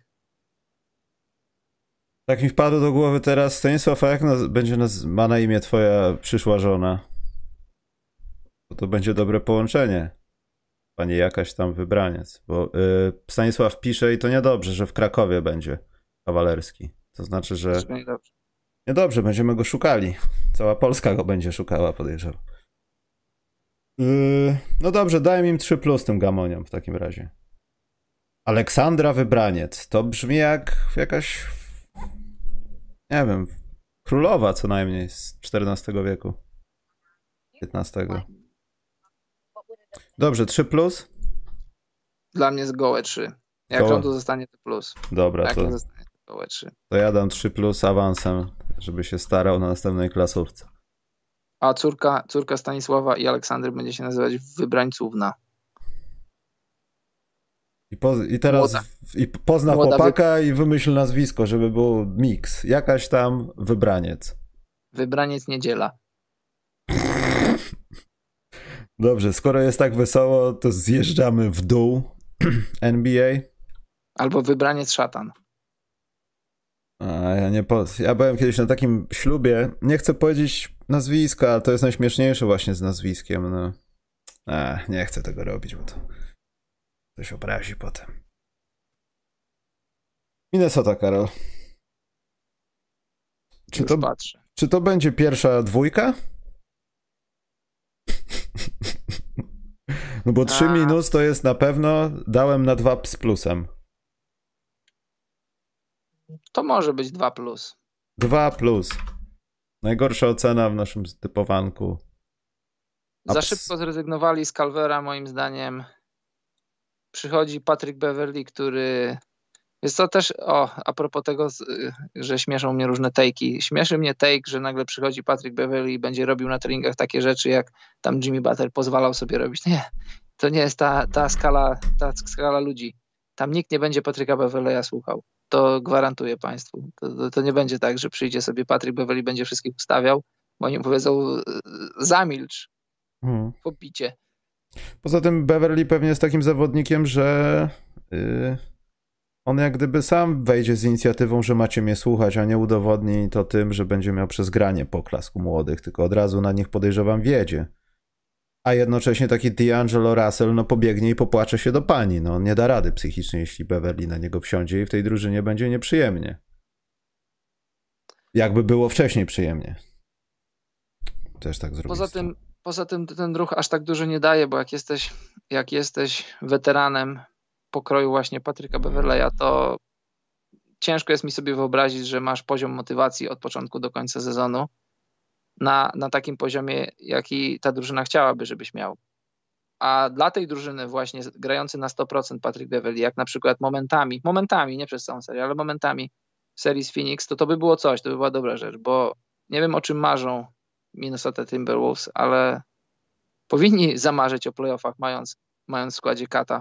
[SPEAKER 1] Tak mi wpadło do głowy teraz, Stanisław, a jak ma na imię twoja przyszła żona? Bo to będzie dobre połączenie. Pani jakaś tam wybraniec. Bo Stanisław pisze i to niedobrze, że w Krakowie będzie kawalerski. To znaczy, że niedobrze, będziemy go szukali. Cała Polska go będzie szukała, podejrzewam. No dobrze, dajmy im 3+ tym gamoniom w takim razie. Aleksandra Wybraniec. To brzmi jak jakaś, nie wiem, królowa co najmniej z XIV wieku. XV. Dobrze, 3+?
[SPEAKER 2] Dla mnie jest gołe 3. Jak Rondo zostanie, to plus.
[SPEAKER 1] Dobra,
[SPEAKER 2] jak
[SPEAKER 1] to...
[SPEAKER 2] nie zostanie, to gołe 3.
[SPEAKER 1] To ja dam 3+ awansem. żeby się starał na następnej klasówce.
[SPEAKER 2] A córka Stanisława i Aleksandry będzie się nazywać Wybrańcówna.
[SPEAKER 1] I teraz
[SPEAKER 2] Młoda.
[SPEAKER 1] pozna
[SPEAKER 2] Młoda
[SPEAKER 1] chłopaka i wymyśl nazwisko, żeby był miks. Jakaś tam Wybraniec.
[SPEAKER 2] Wybraniec Niedziela.
[SPEAKER 1] Dobrze, skoro jest tak wesoło, to zjeżdżamy w dół. NBA.
[SPEAKER 2] Albo Wybraniec Szatan.
[SPEAKER 1] Ja byłem kiedyś na takim ślubie. Nie chcę powiedzieć nazwiska, ale to jest najśmieszniejsze właśnie z nazwiskiem. No. Nie chcę tego robić, bo to ktoś obrazi potem. Minnesota, Karol.
[SPEAKER 2] Patrzę.
[SPEAKER 1] Czy to będzie pierwsza dwójka? No bo 3 minus to jest na pewno, dałem na 2 z plusem.
[SPEAKER 2] To może być 2+.
[SPEAKER 1] 2 plus. Najgorsza ocena w naszym typowanku.
[SPEAKER 2] Za szybko zrezygnowali z Calvera, moim zdaniem. Przychodzi Patrick Beverley, który... Jest to też, a propos tego, że śmieszą mnie różne take'i. Śmieszy mnie take, że nagle przychodzi Patrick Beverley i będzie robił na treningach takie rzeczy, jak tam Jimmy Butler pozwalał sobie robić. Nie, to nie jest ta skala ludzi. Tam nikt nie będzie Patricka Beverleya słuchał. To gwarantuję państwu. To nie będzie tak, że przyjdzie sobie Patrick Beverley, będzie wszystkich ustawiał, bo oni powiedzą zamilcz w opicie.
[SPEAKER 1] Poza tym Beverley pewnie jest takim zawodnikiem, że on jak gdyby sam wejdzie z inicjatywą, że macie mnie słuchać, a nie udowodni to tym, że będzie miał przez granie poklask u młodych, tylko od razu na nich podejrzewam wiedzie. A jednocześnie taki D'Angelo Russell pobiegnie i popłacze się do pani. On nie da rady psychicznie, jeśli Beverley na niego wsiądzie i w tej drużynie będzie nieprzyjemnie. Jakby było wcześniej przyjemnie. Też tak zrobić.
[SPEAKER 2] Poza tym ten ruch aż tak dużo nie daje, bo jak jesteś weteranem pokroju właśnie Patricka Beverleya, to ciężko jest mi sobie wyobrazić, że masz poziom motywacji od początku do końca sezonu na takim poziomie, jaki ta drużyna chciałaby, żebyś miał. A dla tej drużyny właśnie grający na 100% Patrick Beverley, jak na przykład momentami, nie przez całą serię, ale momentami w serii z Phoenix, to by było coś, to by była dobra rzecz, bo nie wiem, o czym marzą Minnesota Timberwolves, ale powinni zamarzyć o playoffach, mając w składzie Kata.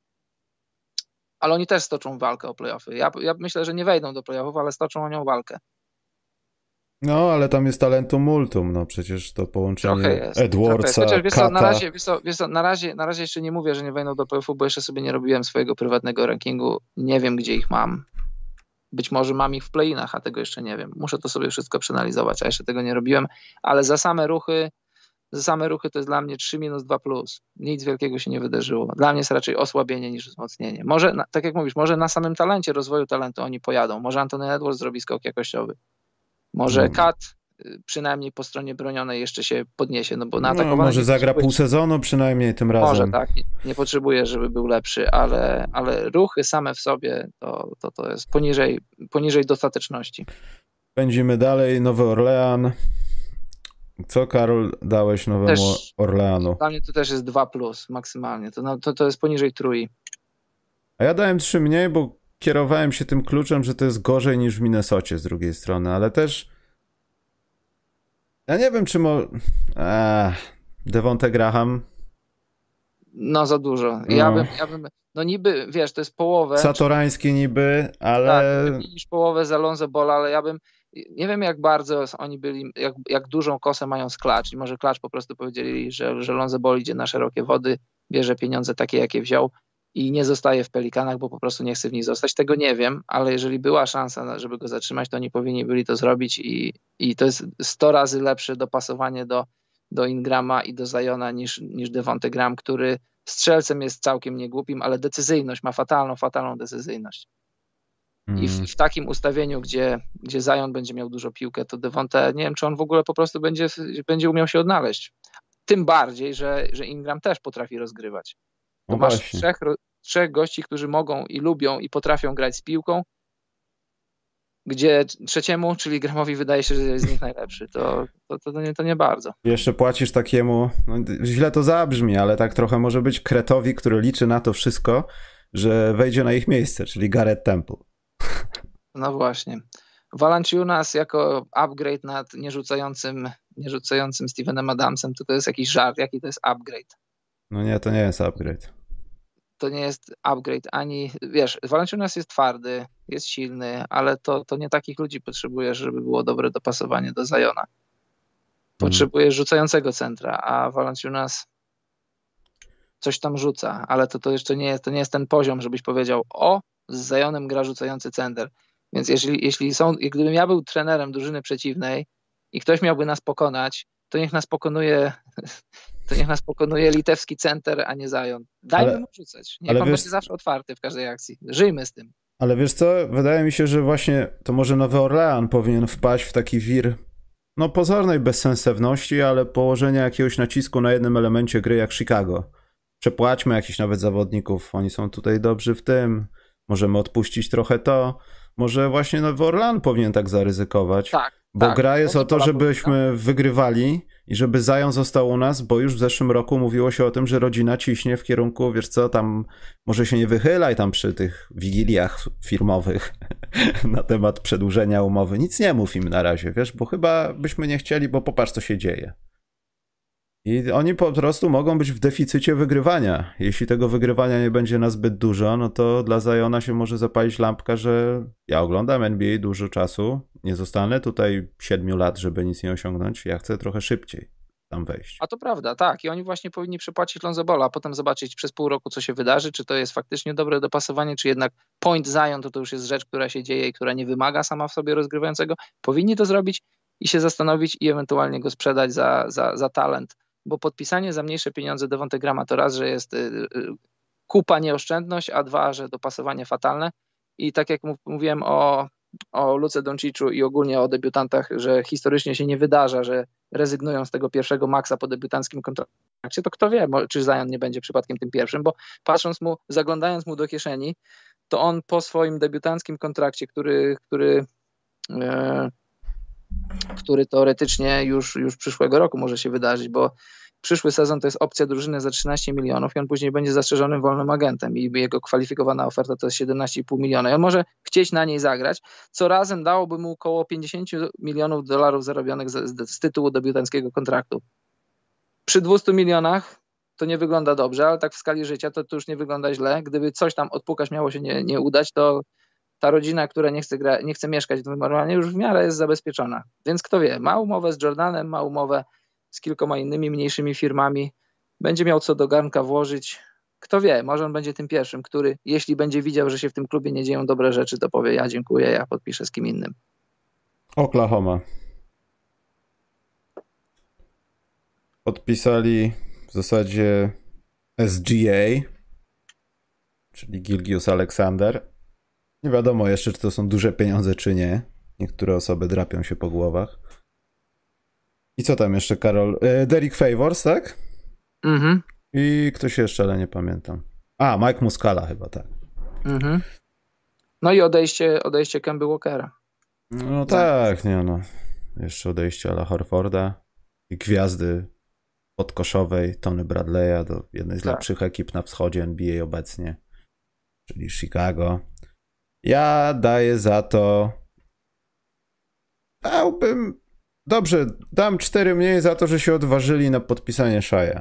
[SPEAKER 2] Ale oni też stoczą walkę o playoffy. Ja myślę, że nie wejdą do playoffów, ale stoczą o nią walkę.
[SPEAKER 1] No, ale tam jest talentum multum, przecież to połączenie Edwardsa,
[SPEAKER 2] Kata... Na razie jeszcze nie mówię, że nie wejdą do playoffów, bo jeszcze sobie nie robiłem swojego prywatnego rankingu. Nie wiem, gdzie ich mam. Być może mam ich w play-inach, a tego jeszcze nie wiem. Muszę to sobie wszystko przeanalizować, a jeszcze tego nie robiłem, ale za same ruchy to jest dla mnie 3-2+. Nic wielkiego się nie wydarzyło. Dla mnie jest raczej osłabienie niż wzmocnienie. Może, tak jak mówisz, może na samym talencie, rozwoju talentu oni pojadą. Może Anthony Edwards zrobi skok jakościowy. Może Kat przynajmniej po stronie bronionej jeszcze się podniesie, bo na atakowanie...
[SPEAKER 1] Może zagra pół sezonu przynajmniej tym razem.
[SPEAKER 2] Może tak, nie potrzebuje, żeby był lepszy, ale ruchy same w sobie to jest poniżej dostateczności.
[SPEAKER 1] Pędzimy dalej, Nowy Orlean. Co, Karol, dałeś Nowemu Orleanu?
[SPEAKER 2] Dla mnie to też jest 2+ maksymalnie. To jest poniżej trój.
[SPEAKER 1] A ja dałem 3 mniej, bo kierowałem się tym kluczem, że to jest gorzej niż w Minnesocie z drugiej strony, ale też ja nie wiem, czy Devonte Graham.
[SPEAKER 2] No za dużo. Ja bym niby, wiesz, to jest połowę.
[SPEAKER 1] Satorański niby, ale...
[SPEAKER 2] Tak, niż połowę za Lonzo Balla, ale ja bym... Nie wiem, jak bardzo oni byli, jak dużą kosę mają z Klacz. I może Klacz po prostu powiedzieli, że Lonzo Ball idzie na szerokie wody, bierze pieniądze takie, jakie wziął i nie zostaje w Pelikanach, bo po prostu nie chce w nich zostać. Tego nie wiem, ale jeżeli była szansa, żeby go zatrzymać, to oni powinni byli to zrobić i to jest 100 razy lepsze dopasowanie do Ingrama i do Ziona niż Devonte Graham, który strzelcem jest całkiem niegłupim, ale decyzyjność, ma fatalną decyzyjność. I w takim ustawieniu, gdzie Zion będzie miał dużo piłkę, to Devonte, nie wiem, czy on w ogóle po prostu będzie umiał się odnaleźć. Tym bardziej, że Ingram też potrafi rozgrywać. To masz trzech gości, którzy mogą i lubią i potrafią grać z piłką, gdzie trzeciemu, czyli Grahamowi, wydaje się, że jest z nich najlepszy. To nie bardzo.
[SPEAKER 1] Jeszcze płacisz takiemu, źle to zabrzmi, ale tak trochę może być kretowi, który liczy na to wszystko, że wejdzie na ich miejsce, czyli Garrett Temple.
[SPEAKER 2] No właśnie. Valanciunas jako upgrade nad nierzucającym Stevenem Adamsem, to jest jakiś żart. Jaki to jest upgrade?
[SPEAKER 1] No nie, to nie jest upgrade.
[SPEAKER 2] To nie jest upgrade ani, wiesz, Valanciunas jest twardy, jest silny, ale to nie takich ludzi potrzebujesz, żeby było dobre dopasowanie do Ziona. Potrzebujesz rzucającego centra, a Valanciunas coś tam rzuca, ale to jeszcze nie jest ten poziom, żebyś powiedział, z Zionem gra rzucający center. Więc gdybym ja był trenerem drużyny przeciwnej i ktoś miałby nas pokonać, to niech nas pokonuje litewski center, a nie Zion. Dajmy mu rzucać. Niech on będzie zawsze otwarty w każdej akcji. Żyjmy z tym.
[SPEAKER 1] Ale wiesz co, wydaje mi się, że właśnie to może Nowy Orlean powinien wpaść w taki wir pozornej bezsensowności, ale położenia jakiegoś nacisku na jednym elemencie gry jak Chicago. Przepłaćmy jakichś nawet zawodników, oni są tutaj dobrzy w tym, możemy odpuścić trochę to. Może właśnie Nowy Orlean powinien tak zaryzykować. Bo gra jest o to, żebyśmy wygrywali i żeby Zion został u nas, bo już w zeszłym roku mówiło się o tym, że rodzina ciśnie w kierunku, wiesz co, tam może się nie wychylaj tam przy tych wigiliach firmowych na temat przedłużenia umowy. Nic nie mów im na razie, wiesz, bo chyba byśmy nie chcieli, bo popatrz co się dzieje. I oni po prostu mogą być w deficycie wygrywania. Jeśli tego wygrywania nie będzie na zbyt dużo, no to dla Ziona się może zapalić lampka, że ja oglądam NBA dużo czasu, nie zostanę tutaj 7 lat, żeby nic nie osiągnąć, ja chcę trochę szybciej tam wejść.
[SPEAKER 2] A to prawda, tak. I oni właśnie powinni przepłacić Lonzo Balla, a potem zobaczyć przez pół roku, co się wydarzy, czy to jest faktycznie dobre dopasowanie, czy jednak point Zion to już jest rzecz, która się dzieje i która nie wymaga sama w sobie rozgrywającego. Powinni to zrobić i się zastanowić i ewentualnie go sprzedać za talent. Bo podpisanie za mniejsze pieniądze Devonte Grahama to raz, że jest kupa nieoszczędność, a dwa, że dopasowanie fatalne. I tak jak mówiłem o Luce Donciczu i ogólnie o debiutantach, że historycznie się nie wydarza, że rezygnują z tego pierwszego maksa po debiutanckim kontrakcie, to kto wie, czy Zion nie będzie przypadkiem tym pierwszym, bo zaglądając mu do kieszeni, to on po swoim debiutanckim kontrakcie, który teoretycznie już przyszłego roku może się wydarzyć, bo przyszły sezon to jest opcja drużyny za 13 milionów i on później będzie zastrzeżonym wolnym agentem i jego kwalifikowana oferta to jest 17,5 miliona. I on może chcieć na niej zagrać, co razem dałoby mu około 50 milionów dolarów zarobionych z tytułu debiutanckiego kontraktu. Przy 200 milionach to nie wygląda dobrze, ale tak w skali życia to już nie wygląda źle. Gdyby coś tam odpukać miało się nie udać, to ta rodzina, która nie chce mieszkać w Nowym Orleanie, już w miarę jest zabezpieczona. Więc kto wie, ma umowę z Jordanem, ma umowę z kilkoma innymi mniejszymi firmami, będzie miał co do garnka włożyć. Kto wie, może on będzie tym pierwszym, który jeśli będzie widział, że się w tym klubie nie dzieją dobre rzeczy, to powie, ja dziękuję, ja podpiszę z kim innym.
[SPEAKER 1] Oklahoma. Podpisali w zasadzie SGA, czyli Gilgeous Alexander. Nie wiadomo jeszcze, czy to są duże pieniądze, czy nie. Niektóre osoby drapią się po głowach. I co tam jeszcze, Karol? Derek Favors, tak?
[SPEAKER 2] Mhm.
[SPEAKER 1] I ktoś jeszcze, ale nie pamiętam. Mike Muscala chyba, tak.
[SPEAKER 2] Mhm. No i odejście Kemby Walkera.
[SPEAKER 1] No tak, nie no. Jeszcze odejście Ala Horforda i gwiazdy podkoszowej Tony Bradley'a do jednej z lepszych ekip na wschodzie NBA obecnie, czyli Chicago. Ja daję za to... dam 4 mniej za to, że się odważyli na podpisanie Shai'a.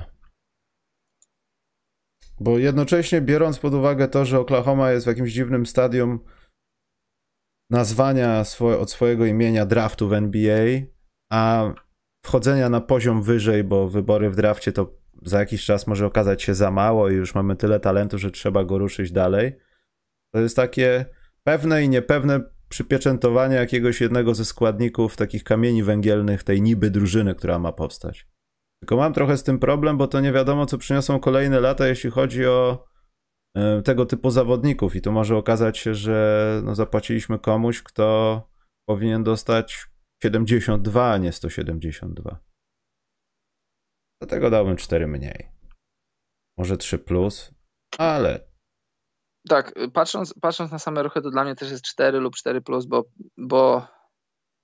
[SPEAKER 1] Bo jednocześnie biorąc pod uwagę to, że Oklahoma jest w jakimś dziwnym stadium nazwania od swojego imienia draftu w NBA, a wchodzenia na poziom wyżej, bo wybory w drafcie to za jakiś czas może okazać się za mało i już mamy tyle talentu, że trzeba go ruszyć dalej. To jest takie pewne i niepewne przypieczętowanie jakiegoś jednego ze składników takich kamieni węgielnych tej niby drużyny, która ma powstać. Tylko mam trochę z tym problem, bo to nie wiadomo, co przyniosą kolejne lata, jeśli chodzi o tego typu zawodników i to może okazać się, że zapłaciliśmy komuś, kto powinien dostać 72, a nie 172. Dlatego dałbym 4 mniej. Może 3 plus, ale...
[SPEAKER 2] Tak, patrząc na same ruchy, to dla mnie też jest 4 lub 4 plus, bo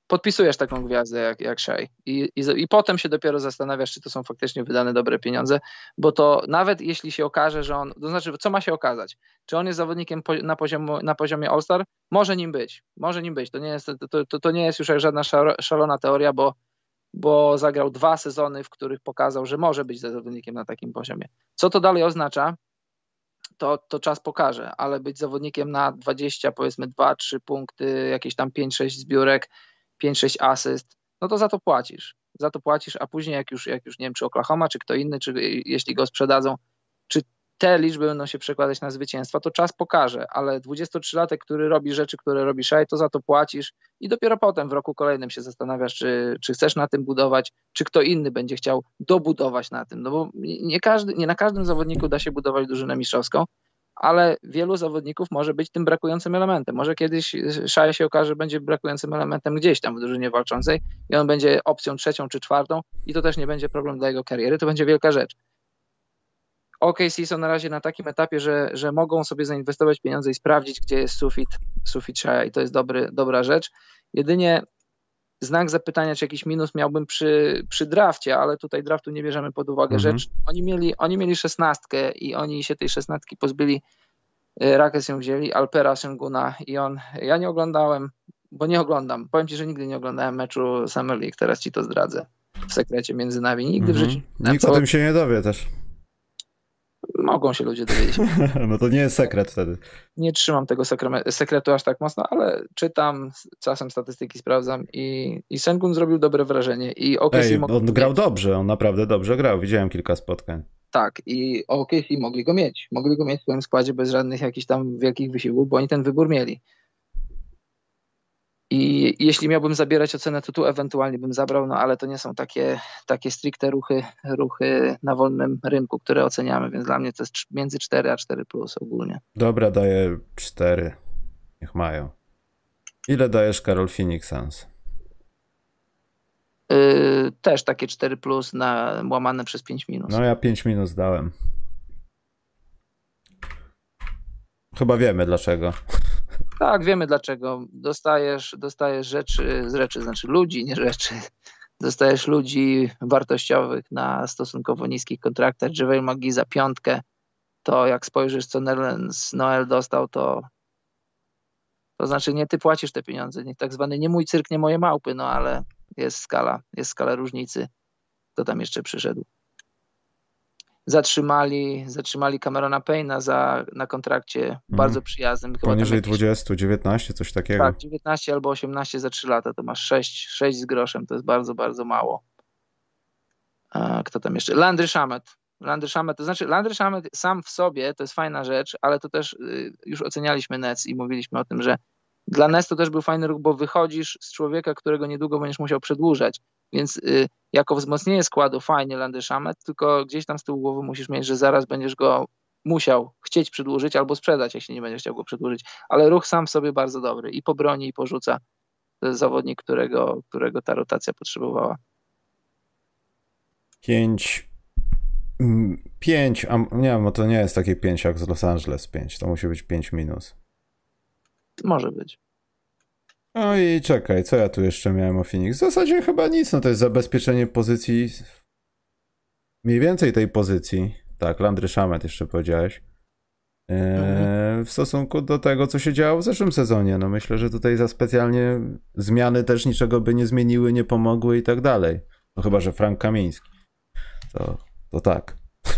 [SPEAKER 2] podpisujesz taką gwiazdę jak Shai i potem się dopiero zastanawiasz, czy to są faktycznie wydane dobre pieniądze, bo to nawet jeśli się okaże, że on, to znaczy co ma się okazać? Czy on jest zawodnikiem na poziomie All-Star? Może nim być. To nie jest już żadna szalona teoria, bo zagrał 2 sezony, w których pokazał, że może być zawodnikiem na takim poziomie. Co to dalej oznacza? To czas pokaże, ale być zawodnikiem na 20, powiedzmy 2-3 punkty, jakieś tam 5-6 zbiórek, 5-6 asyst, no to za to płacisz. A później jak już nie wiem, czy Oklahoma, czy kto inny, czy jeśli go sprzedadzą, czy te liczby będą się przekładać na zwycięstwa, to czas pokaże, ale 23-latek, który robi rzeczy, które robi Shai, to za to płacisz i dopiero potem w roku kolejnym się zastanawiasz, czy chcesz na tym budować, czy kto inny będzie chciał dobudować na tym, no bo nie na każdym zawodniku da się budować drużynę mistrzowską, ale wielu zawodników może być tym brakującym elementem. Może kiedyś Shai się okaże, że będzie brakującym elementem gdzieś tam w drużynie walczącej i on będzie opcją 3. czy 4. i to też nie będzie problem dla jego kariery, to będzie wielka rzecz. OKC są na razie na takim etapie, że mogą sobie zainwestować pieniądze i sprawdzić, gdzie jest sufit Shai i to jest dobra rzecz. Jedynie znak zapytania, czy jakiś minus miałbym przy drafcie, ale tutaj draftu nie bierzemy pod uwagę rzecz. Oni mieli 16 i oni się tej 16 pozbyli, Rockets ją wzięli, Alpera Şengün'a i ja nie oglądałem, bo nie oglądam. Powiem ci, że nigdy nie oglądałem meczu Summer League, teraz ci to zdradzę w sekrecie między nami. Nigdy w życiu.
[SPEAKER 1] Nikt o tym się nie dowie też.
[SPEAKER 2] Mogą się ludzie dowiedzieć.
[SPEAKER 1] No to nie jest sekret wtedy.
[SPEAKER 2] Nie trzymam tego sekretu aż tak mocno, ale czytam, czasem statystyki sprawdzam i Şengün zrobił dobre wrażenie. I OKC
[SPEAKER 1] on grał dobrze, on naprawdę dobrze grał. Widziałem kilka spotkań.
[SPEAKER 2] Tak, i OKC mogli go mieć. Mogli go mieć w swoim składzie bez żadnych jakichś tam wielkich wysiłków, bo oni ten wybór mieli. I jeśli miałbym zabierać ocenę, to tu ewentualnie bym zabrał, no ale to nie są takie stricte ruchy na wolnym rynku, które oceniamy, więc dla mnie to jest między 4 a 4 plus ogólnie.
[SPEAKER 1] Dobra, daję 4. Niech mają. Ile dajesz, Karol, Phoenix Suns?
[SPEAKER 2] Też takie 4 plus łamane przez 5 minus.
[SPEAKER 1] No ja 5 minus dałem. Chyba wiemy dlaczego.
[SPEAKER 2] Tak, wiemy dlaczego. Dostajesz rzeczy, znaczy ludzi, nie rzeczy. Dostajesz ludzi wartościowych na stosunkowo niskich kontraktach. JaVale McGee za 5. To jak spojrzysz, co Nerlens Noel dostał, to znaczy nie ty płacisz te pieniądze. Tak zwany nie mój cyrk, nie moje małpy, no ale jest skala różnicy. Kto tam jeszcze przyszedł? Zatrzymali Camerona Payne'a na kontrakcie bardzo przyjaznym.
[SPEAKER 1] Poniżej 20, 19, coś takiego.
[SPEAKER 2] Tak, 19 albo 18 za 3 lata, to masz 6 z groszem, to jest bardzo, bardzo mało. Kto tam jeszcze? Landry Shamet, to znaczy Landry Shamet sam w sobie to jest fajna rzecz, ale to też już ocenialiśmy Nets i mówiliśmy o tym, że dla Nets to też był fajny ruch, bo wychodzisz z człowieka, którego niedługo będziesz musiał przedłużać. Więc jako wzmocnienie składu fajnie Landry Shamet, tylko gdzieś tam z tyłu głowy musisz mieć, że zaraz będziesz go musiał chcieć przedłużyć albo sprzedać, jeśli nie będziesz chciał go przedłużyć. Ale ruch sam w sobie bardzo dobry. I po broni, i porzuca. To jest zawodnik, którego ta rotacja potrzebowała.
[SPEAKER 1] 5, nie wiem, to nie jest takie 5 jak z Los Angeles 5. To musi być 5 minus.
[SPEAKER 2] Może być.
[SPEAKER 1] No i czekaj, co ja tu jeszcze miałem o Phoenix? W zasadzie chyba nic, no to jest zabezpieczenie pozycji, mniej więcej tej pozycji. Tak, Landry Shamet jeszcze powiedziałeś. W stosunku do tego, co się działo w zeszłym sezonie. No myślę, że tutaj za specjalnie zmiany też niczego by nie zmieniły, nie pomogły i tak dalej. No chyba, że Frank Kamiński. To tak.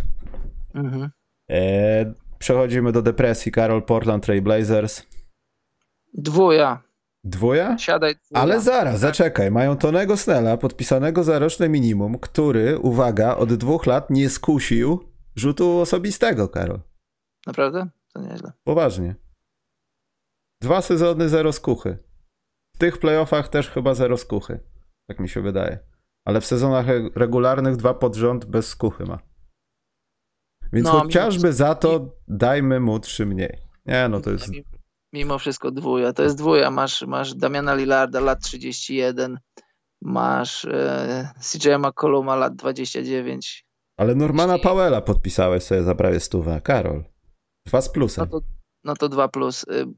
[SPEAKER 1] Przechodzimy do depresji. Karol, Portland Trail Blazers.
[SPEAKER 2] 2.
[SPEAKER 1] Siadaj. Ale zaraz, zaczekaj. Mają Tonego Snella podpisanego za roczne minimum, który, uwaga, od 2 lat nie skusił rzutu osobistego, Karol.
[SPEAKER 2] Naprawdę? To nieźle.
[SPEAKER 1] Poważnie. 2 sezony, 0 skuchy. W tych playoffach też chyba 0 skuchy. Tak mi się wydaje. Ale w sezonach regularnych 2 pod rząd bez skuchy ma. Więc chociażby za to dajmy mu 3 mniej. Nie, no to jest...
[SPEAKER 2] Mimo wszystko 2. To jest 2. Masz Damiana Lillarda, lat 31. Masz CJ McColluma, lat 29.
[SPEAKER 1] Ale Normana Powella podpisałeś sobie za prawie 100, Karol. 2 z plusem.
[SPEAKER 2] No to 2 plus.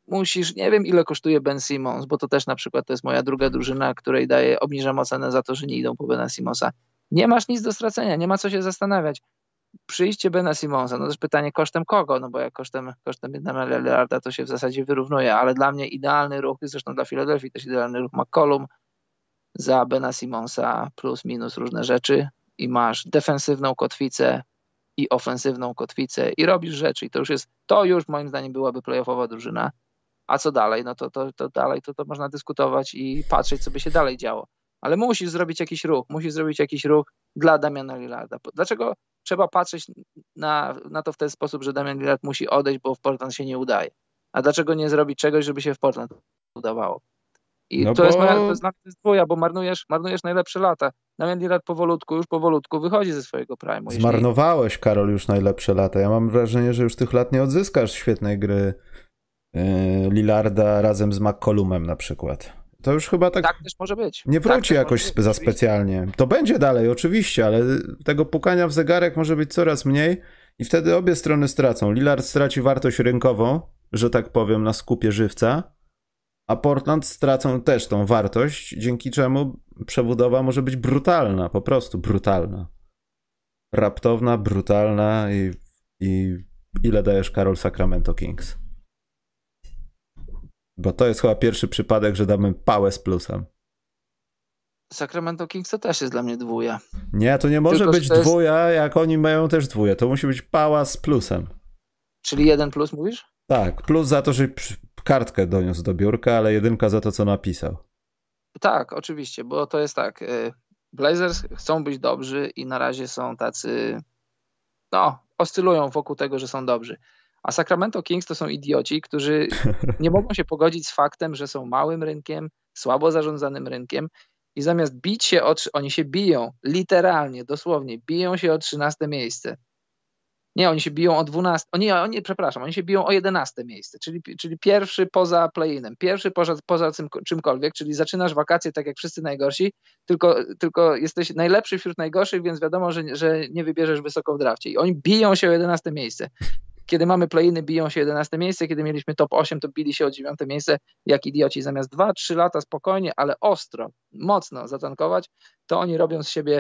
[SPEAKER 2] musisz, nie wiem ile kosztuje Ben Simmons, bo to też na przykład to jest moja druga drużyna, której obniżam ocenę za to, że nie idą po Bena Simmonsa. Nie masz nic do stracenia, nie ma co się zastanawiać. Przyjście Bena Simmonsa, no też pytanie kosztem kogo, no bo jak kosztem Damiana Lillarda to się w zasadzie wyrównuje, ale dla mnie idealny ruch, zresztą dla Filadelfii też idealny ruch McCollum za Bena Simmonsa plus minus różne rzeczy i masz defensywną kotwicę i ofensywną kotwicę i robisz rzeczy i to już moim zdaniem byłaby playoffowa drużyna. A co dalej? No to dalej to można dyskutować i patrzeć, co by się dalej działo. Ale musisz zrobić jakiś ruch dla Damiana Lillarda. Dlaczego trzeba patrzeć na to w ten sposób, że Damian Lillard musi odejść, bo w Portland się nie udaje? A dlaczego nie zrobić czegoś, żeby się w Portland udawało? I to jest dla mnie dwója, bo marnujesz najlepsze lata. Damian Lillard powolutku wychodzi ze swojego prime'u.
[SPEAKER 1] Zmarnowałeś, Karol, już najlepsze lata. Ja mam wrażenie, że już tych lat nie odzyskasz świetnej gry Lillarda razem z McCollumem na przykład. To już chyba tak
[SPEAKER 2] też może być.
[SPEAKER 1] Nie wróci jakoś za specjalnie. To będzie dalej, oczywiście, ale tego pukania w zegarek może być coraz mniej i wtedy obie strony stracą. Lillard straci wartość rynkową, że tak powiem, na skupie żywca, a Portland stracą też tą wartość, dzięki czemu przebudowa może być brutalna, po prostu brutalna. Raptowna, brutalna i ile dajesz, Karol, Sacramento Kings? Bo to jest chyba pierwszy przypadek, że damy pałę z plusem.
[SPEAKER 2] Sacramento Kings to też jest dla mnie dwója.
[SPEAKER 1] Nie, to nie może być dwója, jak oni mają też dwóję. To musi być pała z plusem.
[SPEAKER 2] Czyli 1 plus mówisz?
[SPEAKER 1] Tak, plus za to, że kartkę doniósł do biurka, ale 1 za to, co napisał.
[SPEAKER 2] Tak, oczywiście, bo to jest tak. Blazers chcą być dobrzy i na razie są tacy, oscylują wokół tego, że są dobrzy. A Sacramento Kings to są idioci, którzy nie mogą się pogodzić z faktem, że są małym rynkiem, słabo zarządzanym rynkiem i zamiast bić się oni się biją, literalnie, dosłownie, biją się o 13 miejsce. Nie, oni się biją o 12, oni się biją o 11 miejsce, czyli pierwszy poza play-inem, pierwszy poza czymkolwiek, czyli zaczynasz wakacje tak jak wszyscy najgorsi, tylko jesteś najlepszy wśród najgorszych, więc wiadomo, że nie wybierzesz wysoko w drafcie. I oni biją się o 11 miejsce. Kiedy mamy play-iny, biją się 11 miejsce, kiedy mieliśmy top 8, to bili się o 9 miejsce jak idioci. Zamiast 2-3 lata spokojnie, ale ostro, mocno zatankować, to oni robią z siebie,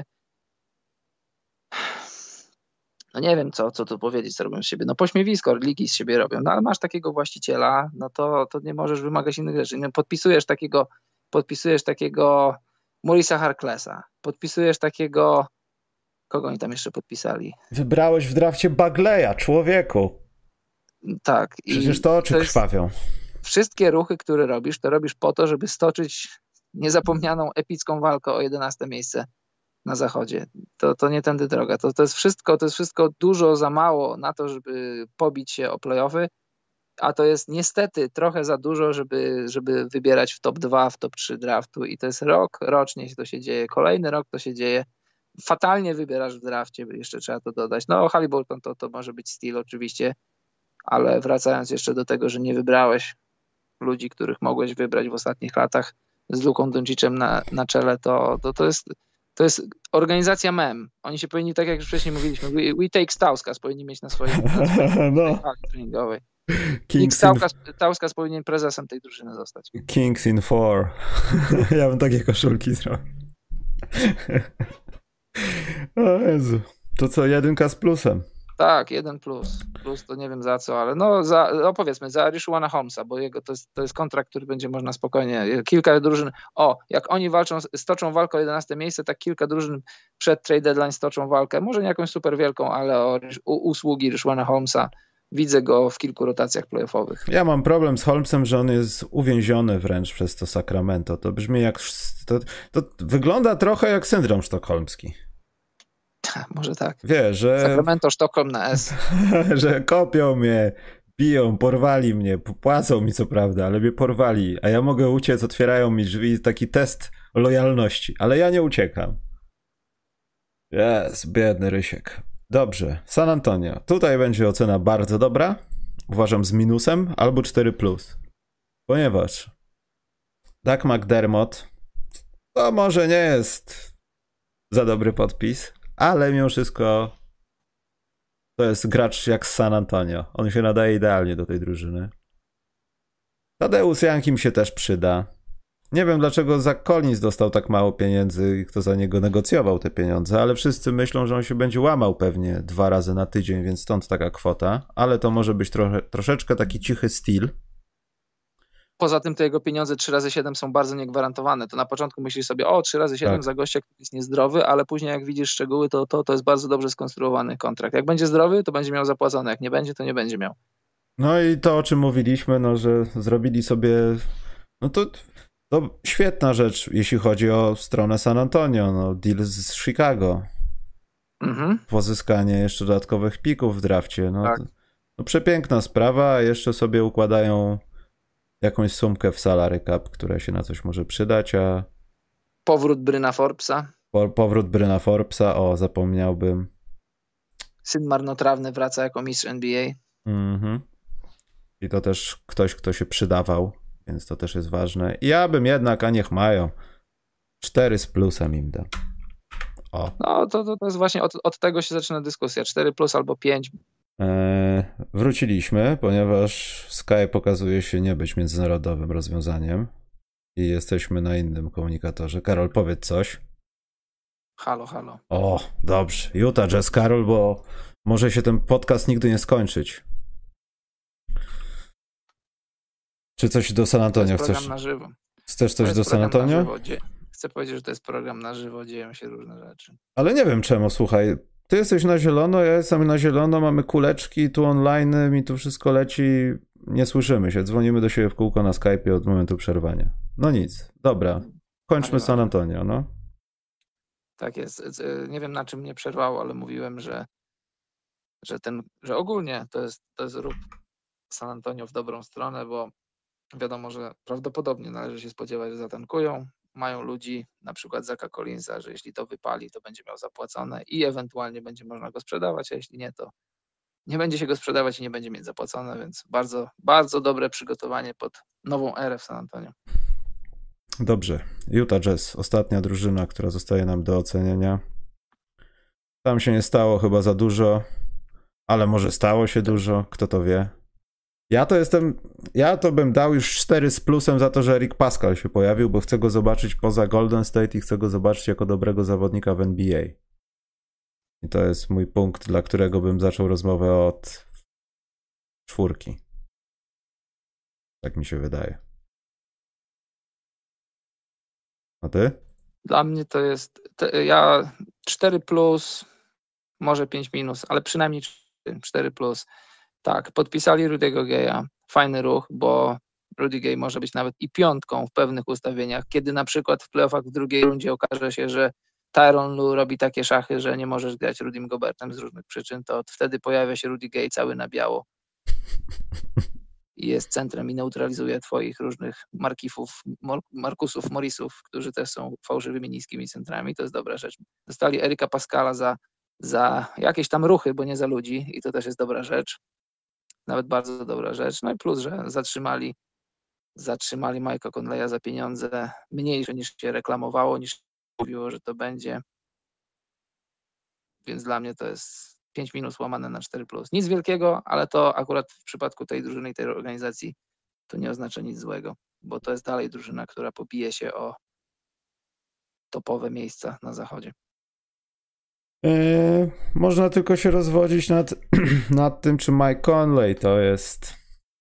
[SPEAKER 2] nie wiem co tu powiedzieć, co robią z siebie. Pośmiewisko ligi z siebie robią, ale masz takiego właściciela, to nie możesz wymagać innych rzeczy. Podpisujesz takiego Maurice'a Harklessa, podpisujesz takiego... Kogo oni tam jeszcze podpisali?
[SPEAKER 1] Wybrałeś w drafcie Bagleya, człowieku.
[SPEAKER 2] Tak.
[SPEAKER 1] Przecież to oczy krwawią.
[SPEAKER 2] Wszystkie ruchy, które robisz, to robisz po to, żeby stoczyć niezapomnianą, epicką walkę o 11 miejsce na zachodzie. To nie tędy droga. To jest wszystko dużo za mało na to, żeby pobić się o play-offy, a to jest niestety trochę za dużo, żeby wybierać w top 2, w top 3 draftu i to jest rocznie to się dzieje, kolejny rok to się dzieje. Fatalnie wybierasz w drafcie, jeszcze trzeba to dodać. Haliburton to może być steal oczywiście, ale wracając jeszcze do tego, że nie wybrałeś ludzi, których mogłeś wybrać w ostatnich latach z Luką Doncicem na czele, to jest organizacja mem. Oni się powinni, tak jak już wcześniej mówiliśmy, we take Stauskas powinni mieć na swojej hali treningowej. Nick Stauskas powinien prezesem tej drużyny zostać.
[SPEAKER 1] Kings in 4. Ja bym takie koszulki zrobił. O Jezu. To co, 1 z plusem?
[SPEAKER 2] Tak, 1 plus. Plus to nie wiem za co, ale powiedzmy za Richuana Holmesa, bo jego to jest kontrakt, który będzie można spokojnie. Kilka drużyn, jak oni stoczą walkę o 11 miejsce, tak kilka drużyn przed trade deadline stoczą walkę. Może nie jakąś super wielką, ale o usługi Richuana Holmesa. Widzę go w kilku rotacjach playoffowych.
[SPEAKER 1] Ja mam problem z Holmesem, że on jest uwięziony wręcz przez to Sacramento. To brzmi jak... To wygląda trochę jak syndrom sztokholmski.
[SPEAKER 2] Może tak.
[SPEAKER 1] Wiesz, że...
[SPEAKER 2] Sacramento, Sztokholm na S.
[SPEAKER 1] Że kopią mnie, biją, porwali mnie, płacą mi co prawda, ale mnie porwali, a ja mogę uciec, otwierają mi drzwi, taki test lojalności, ale ja nie uciekam. Jest, biedny Rysiek. Dobrze, San Antonio. Tutaj będzie ocena bardzo dobra, uważam z minusem, albo 4+. Ponieważ Doug McDermott to może nie jest za dobry podpis, ale mimo wszystko to jest gracz jak z San Antonio. On się nadaje idealnie do tej drużyny. Tadeusz Young im się też przyda. Nie wiem, dlaczego Zach Collins dostał tak mało pieniędzy i kto za niego negocjował te pieniądze, ale wszyscy myślą, że on się będzie łamał pewnie 2 razy na tydzień, więc stąd taka kwota, ale to może być troszeczkę taki cichy styl.
[SPEAKER 2] Poza tym te jego pieniądze 3x7 są bardzo niegwarantowane. To na początku myślisz sobie, o 3x7 za gościa, który jest niezdrowy, ale później jak widzisz szczegóły, to jest bardzo dobrze skonstruowany kontrakt. Jak będzie zdrowy, to będzie miał zapłacone, jak nie będzie, to nie będzie miał.
[SPEAKER 1] No i to, o czym mówiliśmy, no, że zrobili sobie, no to świetna rzecz, jeśli chodzi o stronę San Antonio, no deal z Chicago. Pozyskanie jeszcze dodatkowych pików w drafcie, no,
[SPEAKER 2] tak.
[SPEAKER 1] No przepiękna sprawa, a jeszcze sobie układają jakąś sumkę w salary cap, która się na coś może przydać, a...
[SPEAKER 2] Powrót Bryna Forbesa.
[SPEAKER 1] Powrót Bryna Forbesa, o, zapomniałbym.
[SPEAKER 2] Syn marnotrawny wraca jako mistrz NBA.
[SPEAKER 1] I to też ktoś, kto się przydawał, więc to też jest ważne. Ja bym jednak, a niech mają, 4 z plusem im dam. O.
[SPEAKER 2] No to jest właśnie, od tego się zaczyna dyskusja, 4 plus albo 5.
[SPEAKER 1] Wróciliśmy, ponieważ Skype okazuje się nie być międzynarodowym rozwiązaniem i jesteśmy na innym komunikatorze. Karol, powiedz coś.
[SPEAKER 2] Halo, halo.
[SPEAKER 1] O, dobrze. Utah Jazz, Karol, bo może się ten podcast nigdy nie skończyć. Czy coś do San Antonio chcesz?
[SPEAKER 2] Program na żywo.
[SPEAKER 1] Chcesz coś do San Antonio?
[SPEAKER 2] Chcę powiedzieć, że to jest program na żywo, dzieją się różne rzeczy.
[SPEAKER 1] Ale nie wiem czemu, słuchaj. Ty jesteś na zielono, ja jestem na zielono, mamy kuleczki, tu online, mi tu wszystko leci, nie słyszymy się, dzwonimy do siebie w kółko na Skype'ie od momentu przerwania. No nic, dobra, kończmy San Antonio, no.
[SPEAKER 2] Tak jest, nie wiem na czym mnie przerwało, ale mówiłem, że ogólnie to jest ruch San Antonio w dobrą stronę, bo wiadomo, że prawdopodobnie należy się spodziewać, że zatankują, mają ludzi, na przykład Zacha Collinsa, że jeśli to wypali, to będzie miał zapłacone i ewentualnie będzie można go sprzedawać, a jeśli nie, to nie będzie się go sprzedawać i nie będzie mieć zapłacone, więc bardzo, bardzo dobre przygotowanie pod nową erę w San Antonio.
[SPEAKER 1] Dobrze, Utah Jazz, ostatnia drużyna, która zostaje nam do ocenienia. Tam się nie stało chyba za dużo, ale może stało się dużo, kto to wie. Ja to bym dał już 4 z plusem za to, że Eric Pascal się pojawił, bo chcę go zobaczyć poza Golden State i chcę go zobaczyć jako dobrego zawodnika w NBA. I to jest mój punkt, dla którego bym zaczął rozmowę od 4. Tak mi się wydaje. A ty?
[SPEAKER 2] Dla mnie to jest, ja 4 plus, może 5 minus, ale przynajmniej 4 plus. Tak, podpisali Rudy'ego Gaya. Fajny ruch, bo Rudy Gay może być nawet i 5 w pewnych ustawieniach. Kiedy na przykład w playoffach w drugiej rundzie okaże się, że Tyronn Lue robi takie szachy, że nie możesz grać Rudym Gobertem z różnych przyczyn, to wtedy pojawia się Rudy Gay cały na biało. I jest centrem i neutralizuje twoich różnych Markusów, Morrisów, którzy też są fałszywymi niskimi centrami. To jest dobra rzecz. Dostali Erika Pascala za jakieś tam ruchy, bo nie za ludzi i to też jest dobra rzecz. Nawet bardzo dobra rzecz. No i plus, że zatrzymali Mike'a Conleya za pieniądze mniejsze niż się reklamowało, niż mówiło, że to będzie. Więc dla mnie to jest 5 minus łamane na 4 plus. Nic wielkiego, ale to akurat w przypadku tej drużyny i tej organizacji to nie oznacza nic złego, bo to jest dalej drużyna, która pobije się o topowe miejsca na zachodzie.
[SPEAKER 1] Można tylko się rozwodzić nad tym, czy Mike Conley to jest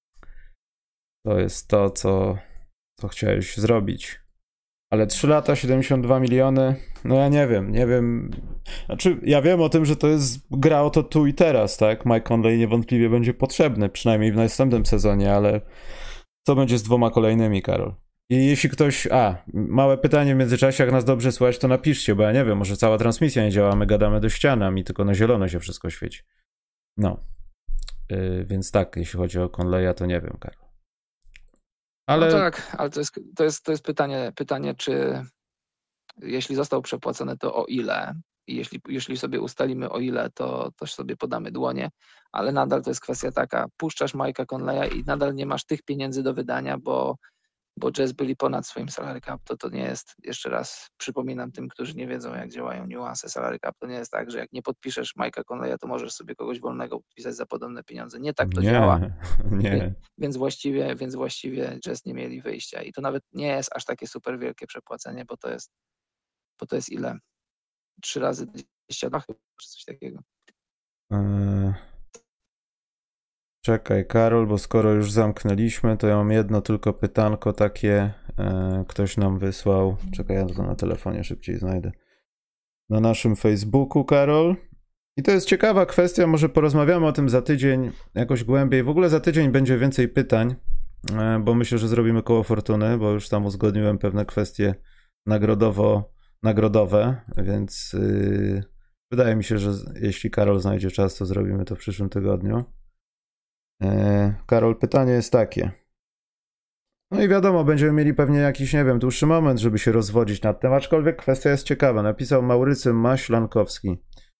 [SPEAKER 1] to, co chciałeś zrobić. Ale 3 lata, 72 miliony, no ja nie wiem. Znaczy, ja wiem o tym, że to jest gra o to tu i teraz, tak? Mike Conley niewątpliwie będzie potrzebny, przynajmniej w następnym sezonie, ale co będzie z 2 kolejnymi, Karol? I jeśli ktoś... małe pytanie w międzyczasie, jak nas dobrze słychać, to napiszcie, bo ja nie wiem, może cała transmisja nie działa, my gadamy do ściany, a mi tylko na zielono się wszystko świeci. No. Więc tak, jeśli chodzi o Conleya, to nie wiem, Karol. Ale...
[SPEAKER 2] No tak, ale to jest pytanie, czy jeśli został przepłacony, to o ile? I jeśli sobie ustalimy o ile, to też sobie podamy dłonie, ale nadal to jest kwestia taka, puszczasz Mike'a Conleya i nadal nie masz tych pieniędzy do wydania, bo bo Jazz byli ponad swoim salary cap, to nie jest, jeszcze raz przypominam tym, którzy nie wiedzą, jak działają niuanse salary cap, to nie jest tak, że jak nie podpiszesz Mike'a Conleya, to możesz sobie kogoś wolnego podpisać za podobne pieniądze. Nie tak to działa.
[SPEAKER 1] Nie.
[SPEAKER 2] Więc właściwie Jazz nie mieli wyjścia i to nawet nie jest aż takie super wielkie przepłacenie, bo to jest ile? 3 razy 22 chyba, czy coś takiego.
[SPEAKER 1] Czekaj, Karol, bo skoro już zamknęliśmy, to ja mam jedno tylko pytanko takie. Ktoś nam wysłał. Czekaj, ja to na telefonie szybciej znajdę. Na naszym Facebooku, Karol. I to jest ciekawa kwestia, może porozmawiamy o tym za tydzień jakoś głębiej. W ogóle za tydzień będzie więcej pytań, bo myślę, że zrobimy koło fortuny, bo już tam uzgodniłem pewne kwestie nagrodowe, więc wydaje mi się, że jeśli Karol znajdzie czas, to zrobimy to w przyszłym tygodniu. Karol, pytanie jest takie. No i wiadomo, będziemy mieli pewnie jakiś, nie wiem, dłuższy moment, żeby się rozwodzić nad tym, aczkolwiek kwestia jest ciekawa. Napisał Maurycy Maślankowski.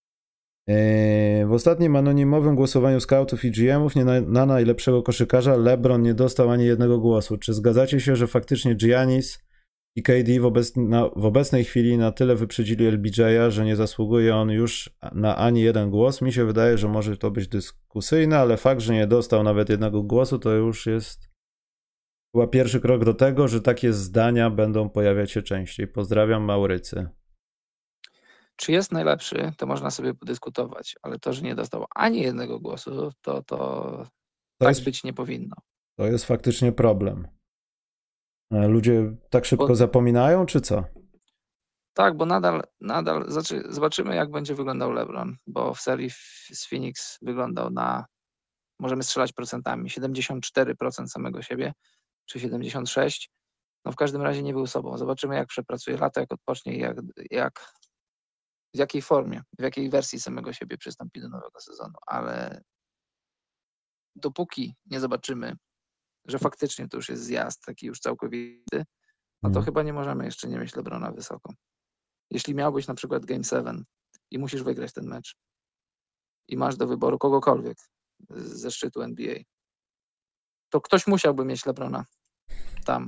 [SPEAKER 1] W ostatnim anonimowym głosowaniu scoutów i GM-ów na najlepszego koszykarza LeBron nie dostał ani jednego głosu. Czy zgadzacie się, że faktycznie Giannis i KD w obecnej chwili na tyle wyprzedzili LBJ-a, że nie zasługuje on już na ani jeden głos? Mi się wydaje, że może to być dyskusyjne, ale fakt, że nie dostał nawet jednego głosu, to już jest chyba pierwszy krok do tego, że takie zdania będą pojawiać się częściej. Pozdrawiam, Maurycy.
[SPEAKER 2] Czy jest najlepszy, to można sobie podyskutować, ale to, że nie dostał ani jednego głosu, to tak być nie powinno.
[SPEAKER 1] To jest faktycznie problem. Ludzie tak szybko zapominają, czy co?
[SPEAKER 2] Tak, bo nadal zobaczymy, jak będzie wyglądał LeBron, bo w serii z Phoenix wyglądał na, możemy strzelać procentami, 74% samego siebie, czy 76%. No w każdym razie nie był sobą. Zobaczymy, jak przepracuje lato, jak odpocznie i w jakiej formie, w jakiej wersji samego siebie przystąpi do nowego sezonu, ale dopóki nie zobaczymy, że faktycznie to już jest zjazd taki już całkowity, no to chyba nie możemy jeszcze nie mieć LeBrona wysoko. Jeśli miałbyś na przykład Game 7 i musisz wygrać ten mecz i masz do wyboru kogokolwiek ze szczytu NBA, to ktoś musiałby mieć LeBrona tam.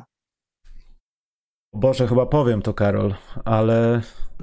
[SPEAKER 1] Boże, chyba powiem to, Karol, ale...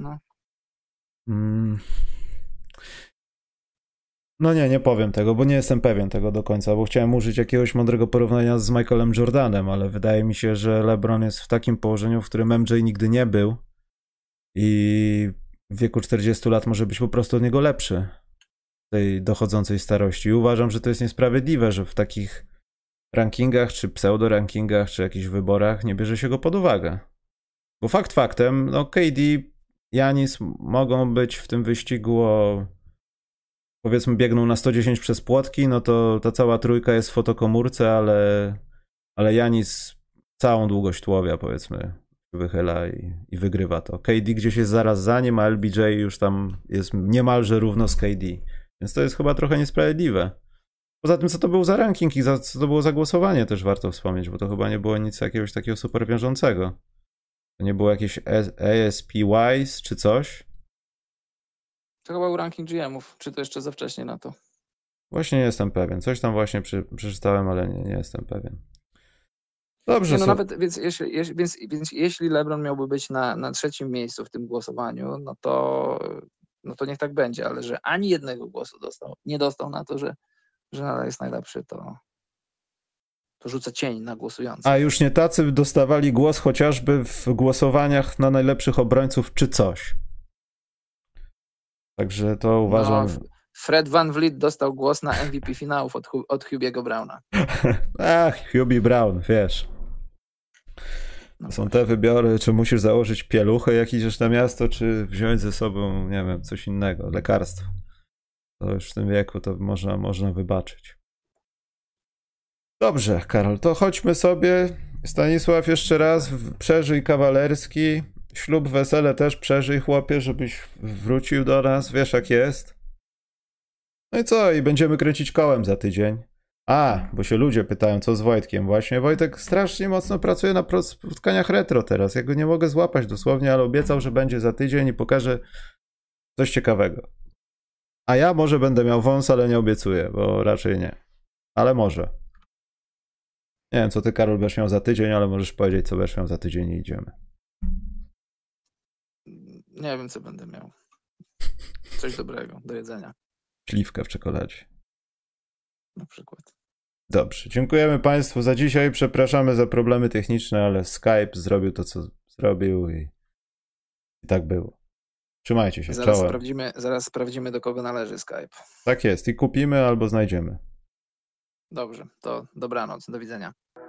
[SPEAKER 1] No nie powiem tego, bo nie jestem pewien tego do końca, bo chciałem użyć jakiegoś mądrego porównania z Michaelem Jordanem, ale wydaje mi się, że LeBron jest w takim położeniu, w którym MJ nigdy nie był i w wieku 40 lat może być po prostu od niego lepszy w tej dochodzącej starości. I uważam, że to jest niesprawiedliwe, że w takich rankingach, czy pseudo-rankingach, czy jakichś wyborach nie bierze się go pod uwagę. Bo fakt faktem, no KD, Giannis mogą być w tym wyścigu o, powiedzmy, biegną na 110 przez płotki, no to ta cała trójka jest w fotokomórce, ale Giannis całą długość tułowia, powiedzmy, wychyla i wygrywa to. KD gdzieś jest zaraz za nim, a LBJ już tam jest niemalże równo z KD. Więc to jest chyba trochę niesprawiedliwe. Poza tym, co to był za ranking i co to było za głosowanie, też warto wspomnieć, bo to chyba nie było nic jakiegoś takiego super wiążącego. To nie było jakieś ASPYs czy coś?
[SPEAKER 2] To chyba był ranking GM-ów, czy to jeszcze za wcześnie na to?
[SPEAKER 1] Właśnie nie jestem pewien. Coś tam właśnie przeczytałem, ale nie jestem pewien. Dobrze.
[SPEAKER 2] Nie, no nawet, więc jeśli LeBron miałby być na trzecim miejscu w tym głosowaniu, no to niech tak będzie, ale że ani jednego głosu nie dostał na to, że nadal jest najlepszy, to rzuca cień na głosujących.
[SPEAKER 1] A już nie tacy dostawali głos chociażby w głosowaniach na najlepszych obrońców czy coś. Także to uważam...
[SPEAKER 2] No, Fred VanVleet dostał głos na MVP finałów od Hubiego Browna.
[SPEAKER 1] Ach, Hubie Brown, wiesz. No są te wybory, czy musisz założyć pieluchę, jak idziesz na miasto, czy wziąć ze sobą, nie wiem, coś innego, lekarstwo. To już w tym wieku to można wybaczyć. Dobrze, Karol, to chodźmy sobie. Stanisław, jeszcze raz, przeżyj kawalerski. Ślub, wesele też przeżyj, chłopie, żebyś wrócił do nas. Wiesz, jak jest. No i co? I będziemy kręcić kołem za tydzień. Bo się ludzie pytają, co z Wojtkiem. Właśnie Wojtek strasznie mocno pracuje na spotkaniach retro teraz. Ja go nie mogę złapać dosłownie, ale obiecał, że będzie za tydzień i pokaże coś ciekawego. A ja może będę miał wąs, ale nie obiecuję, bo raczej nie. Ale może. Nie wiem, co ty, Karol, będziesz miał za tydzień, ale możesz powiedzieć, co będziesz miał za tydzień i idziemy.
[SPEAKER 2] Nie wiem, co będę miał. Coś dobrego do jedzenia.
[SPEAKER 1] Śliwkę w czekoladzie.
[SPEAKER 2] Na przykład.
[SPEAKER 1] Dobrze, dziękujemy Państwu za dzisiaj. Przepraszamy za problemy techniczne, ale Skype zrobił to, co zrobił i tak było. Trzymajcie się,
[SPEAKER 2] Zaraz
[SPEAKER 1] czołem.
[SPEAKER 2] zaraz sprawdzimy, do kogo należy Skype.
[SPEAKER 1] Tak jest, i kupimy albo znajdziemy.
[SPEAKER 2] Dobrze, to dobranoc, do widzenia.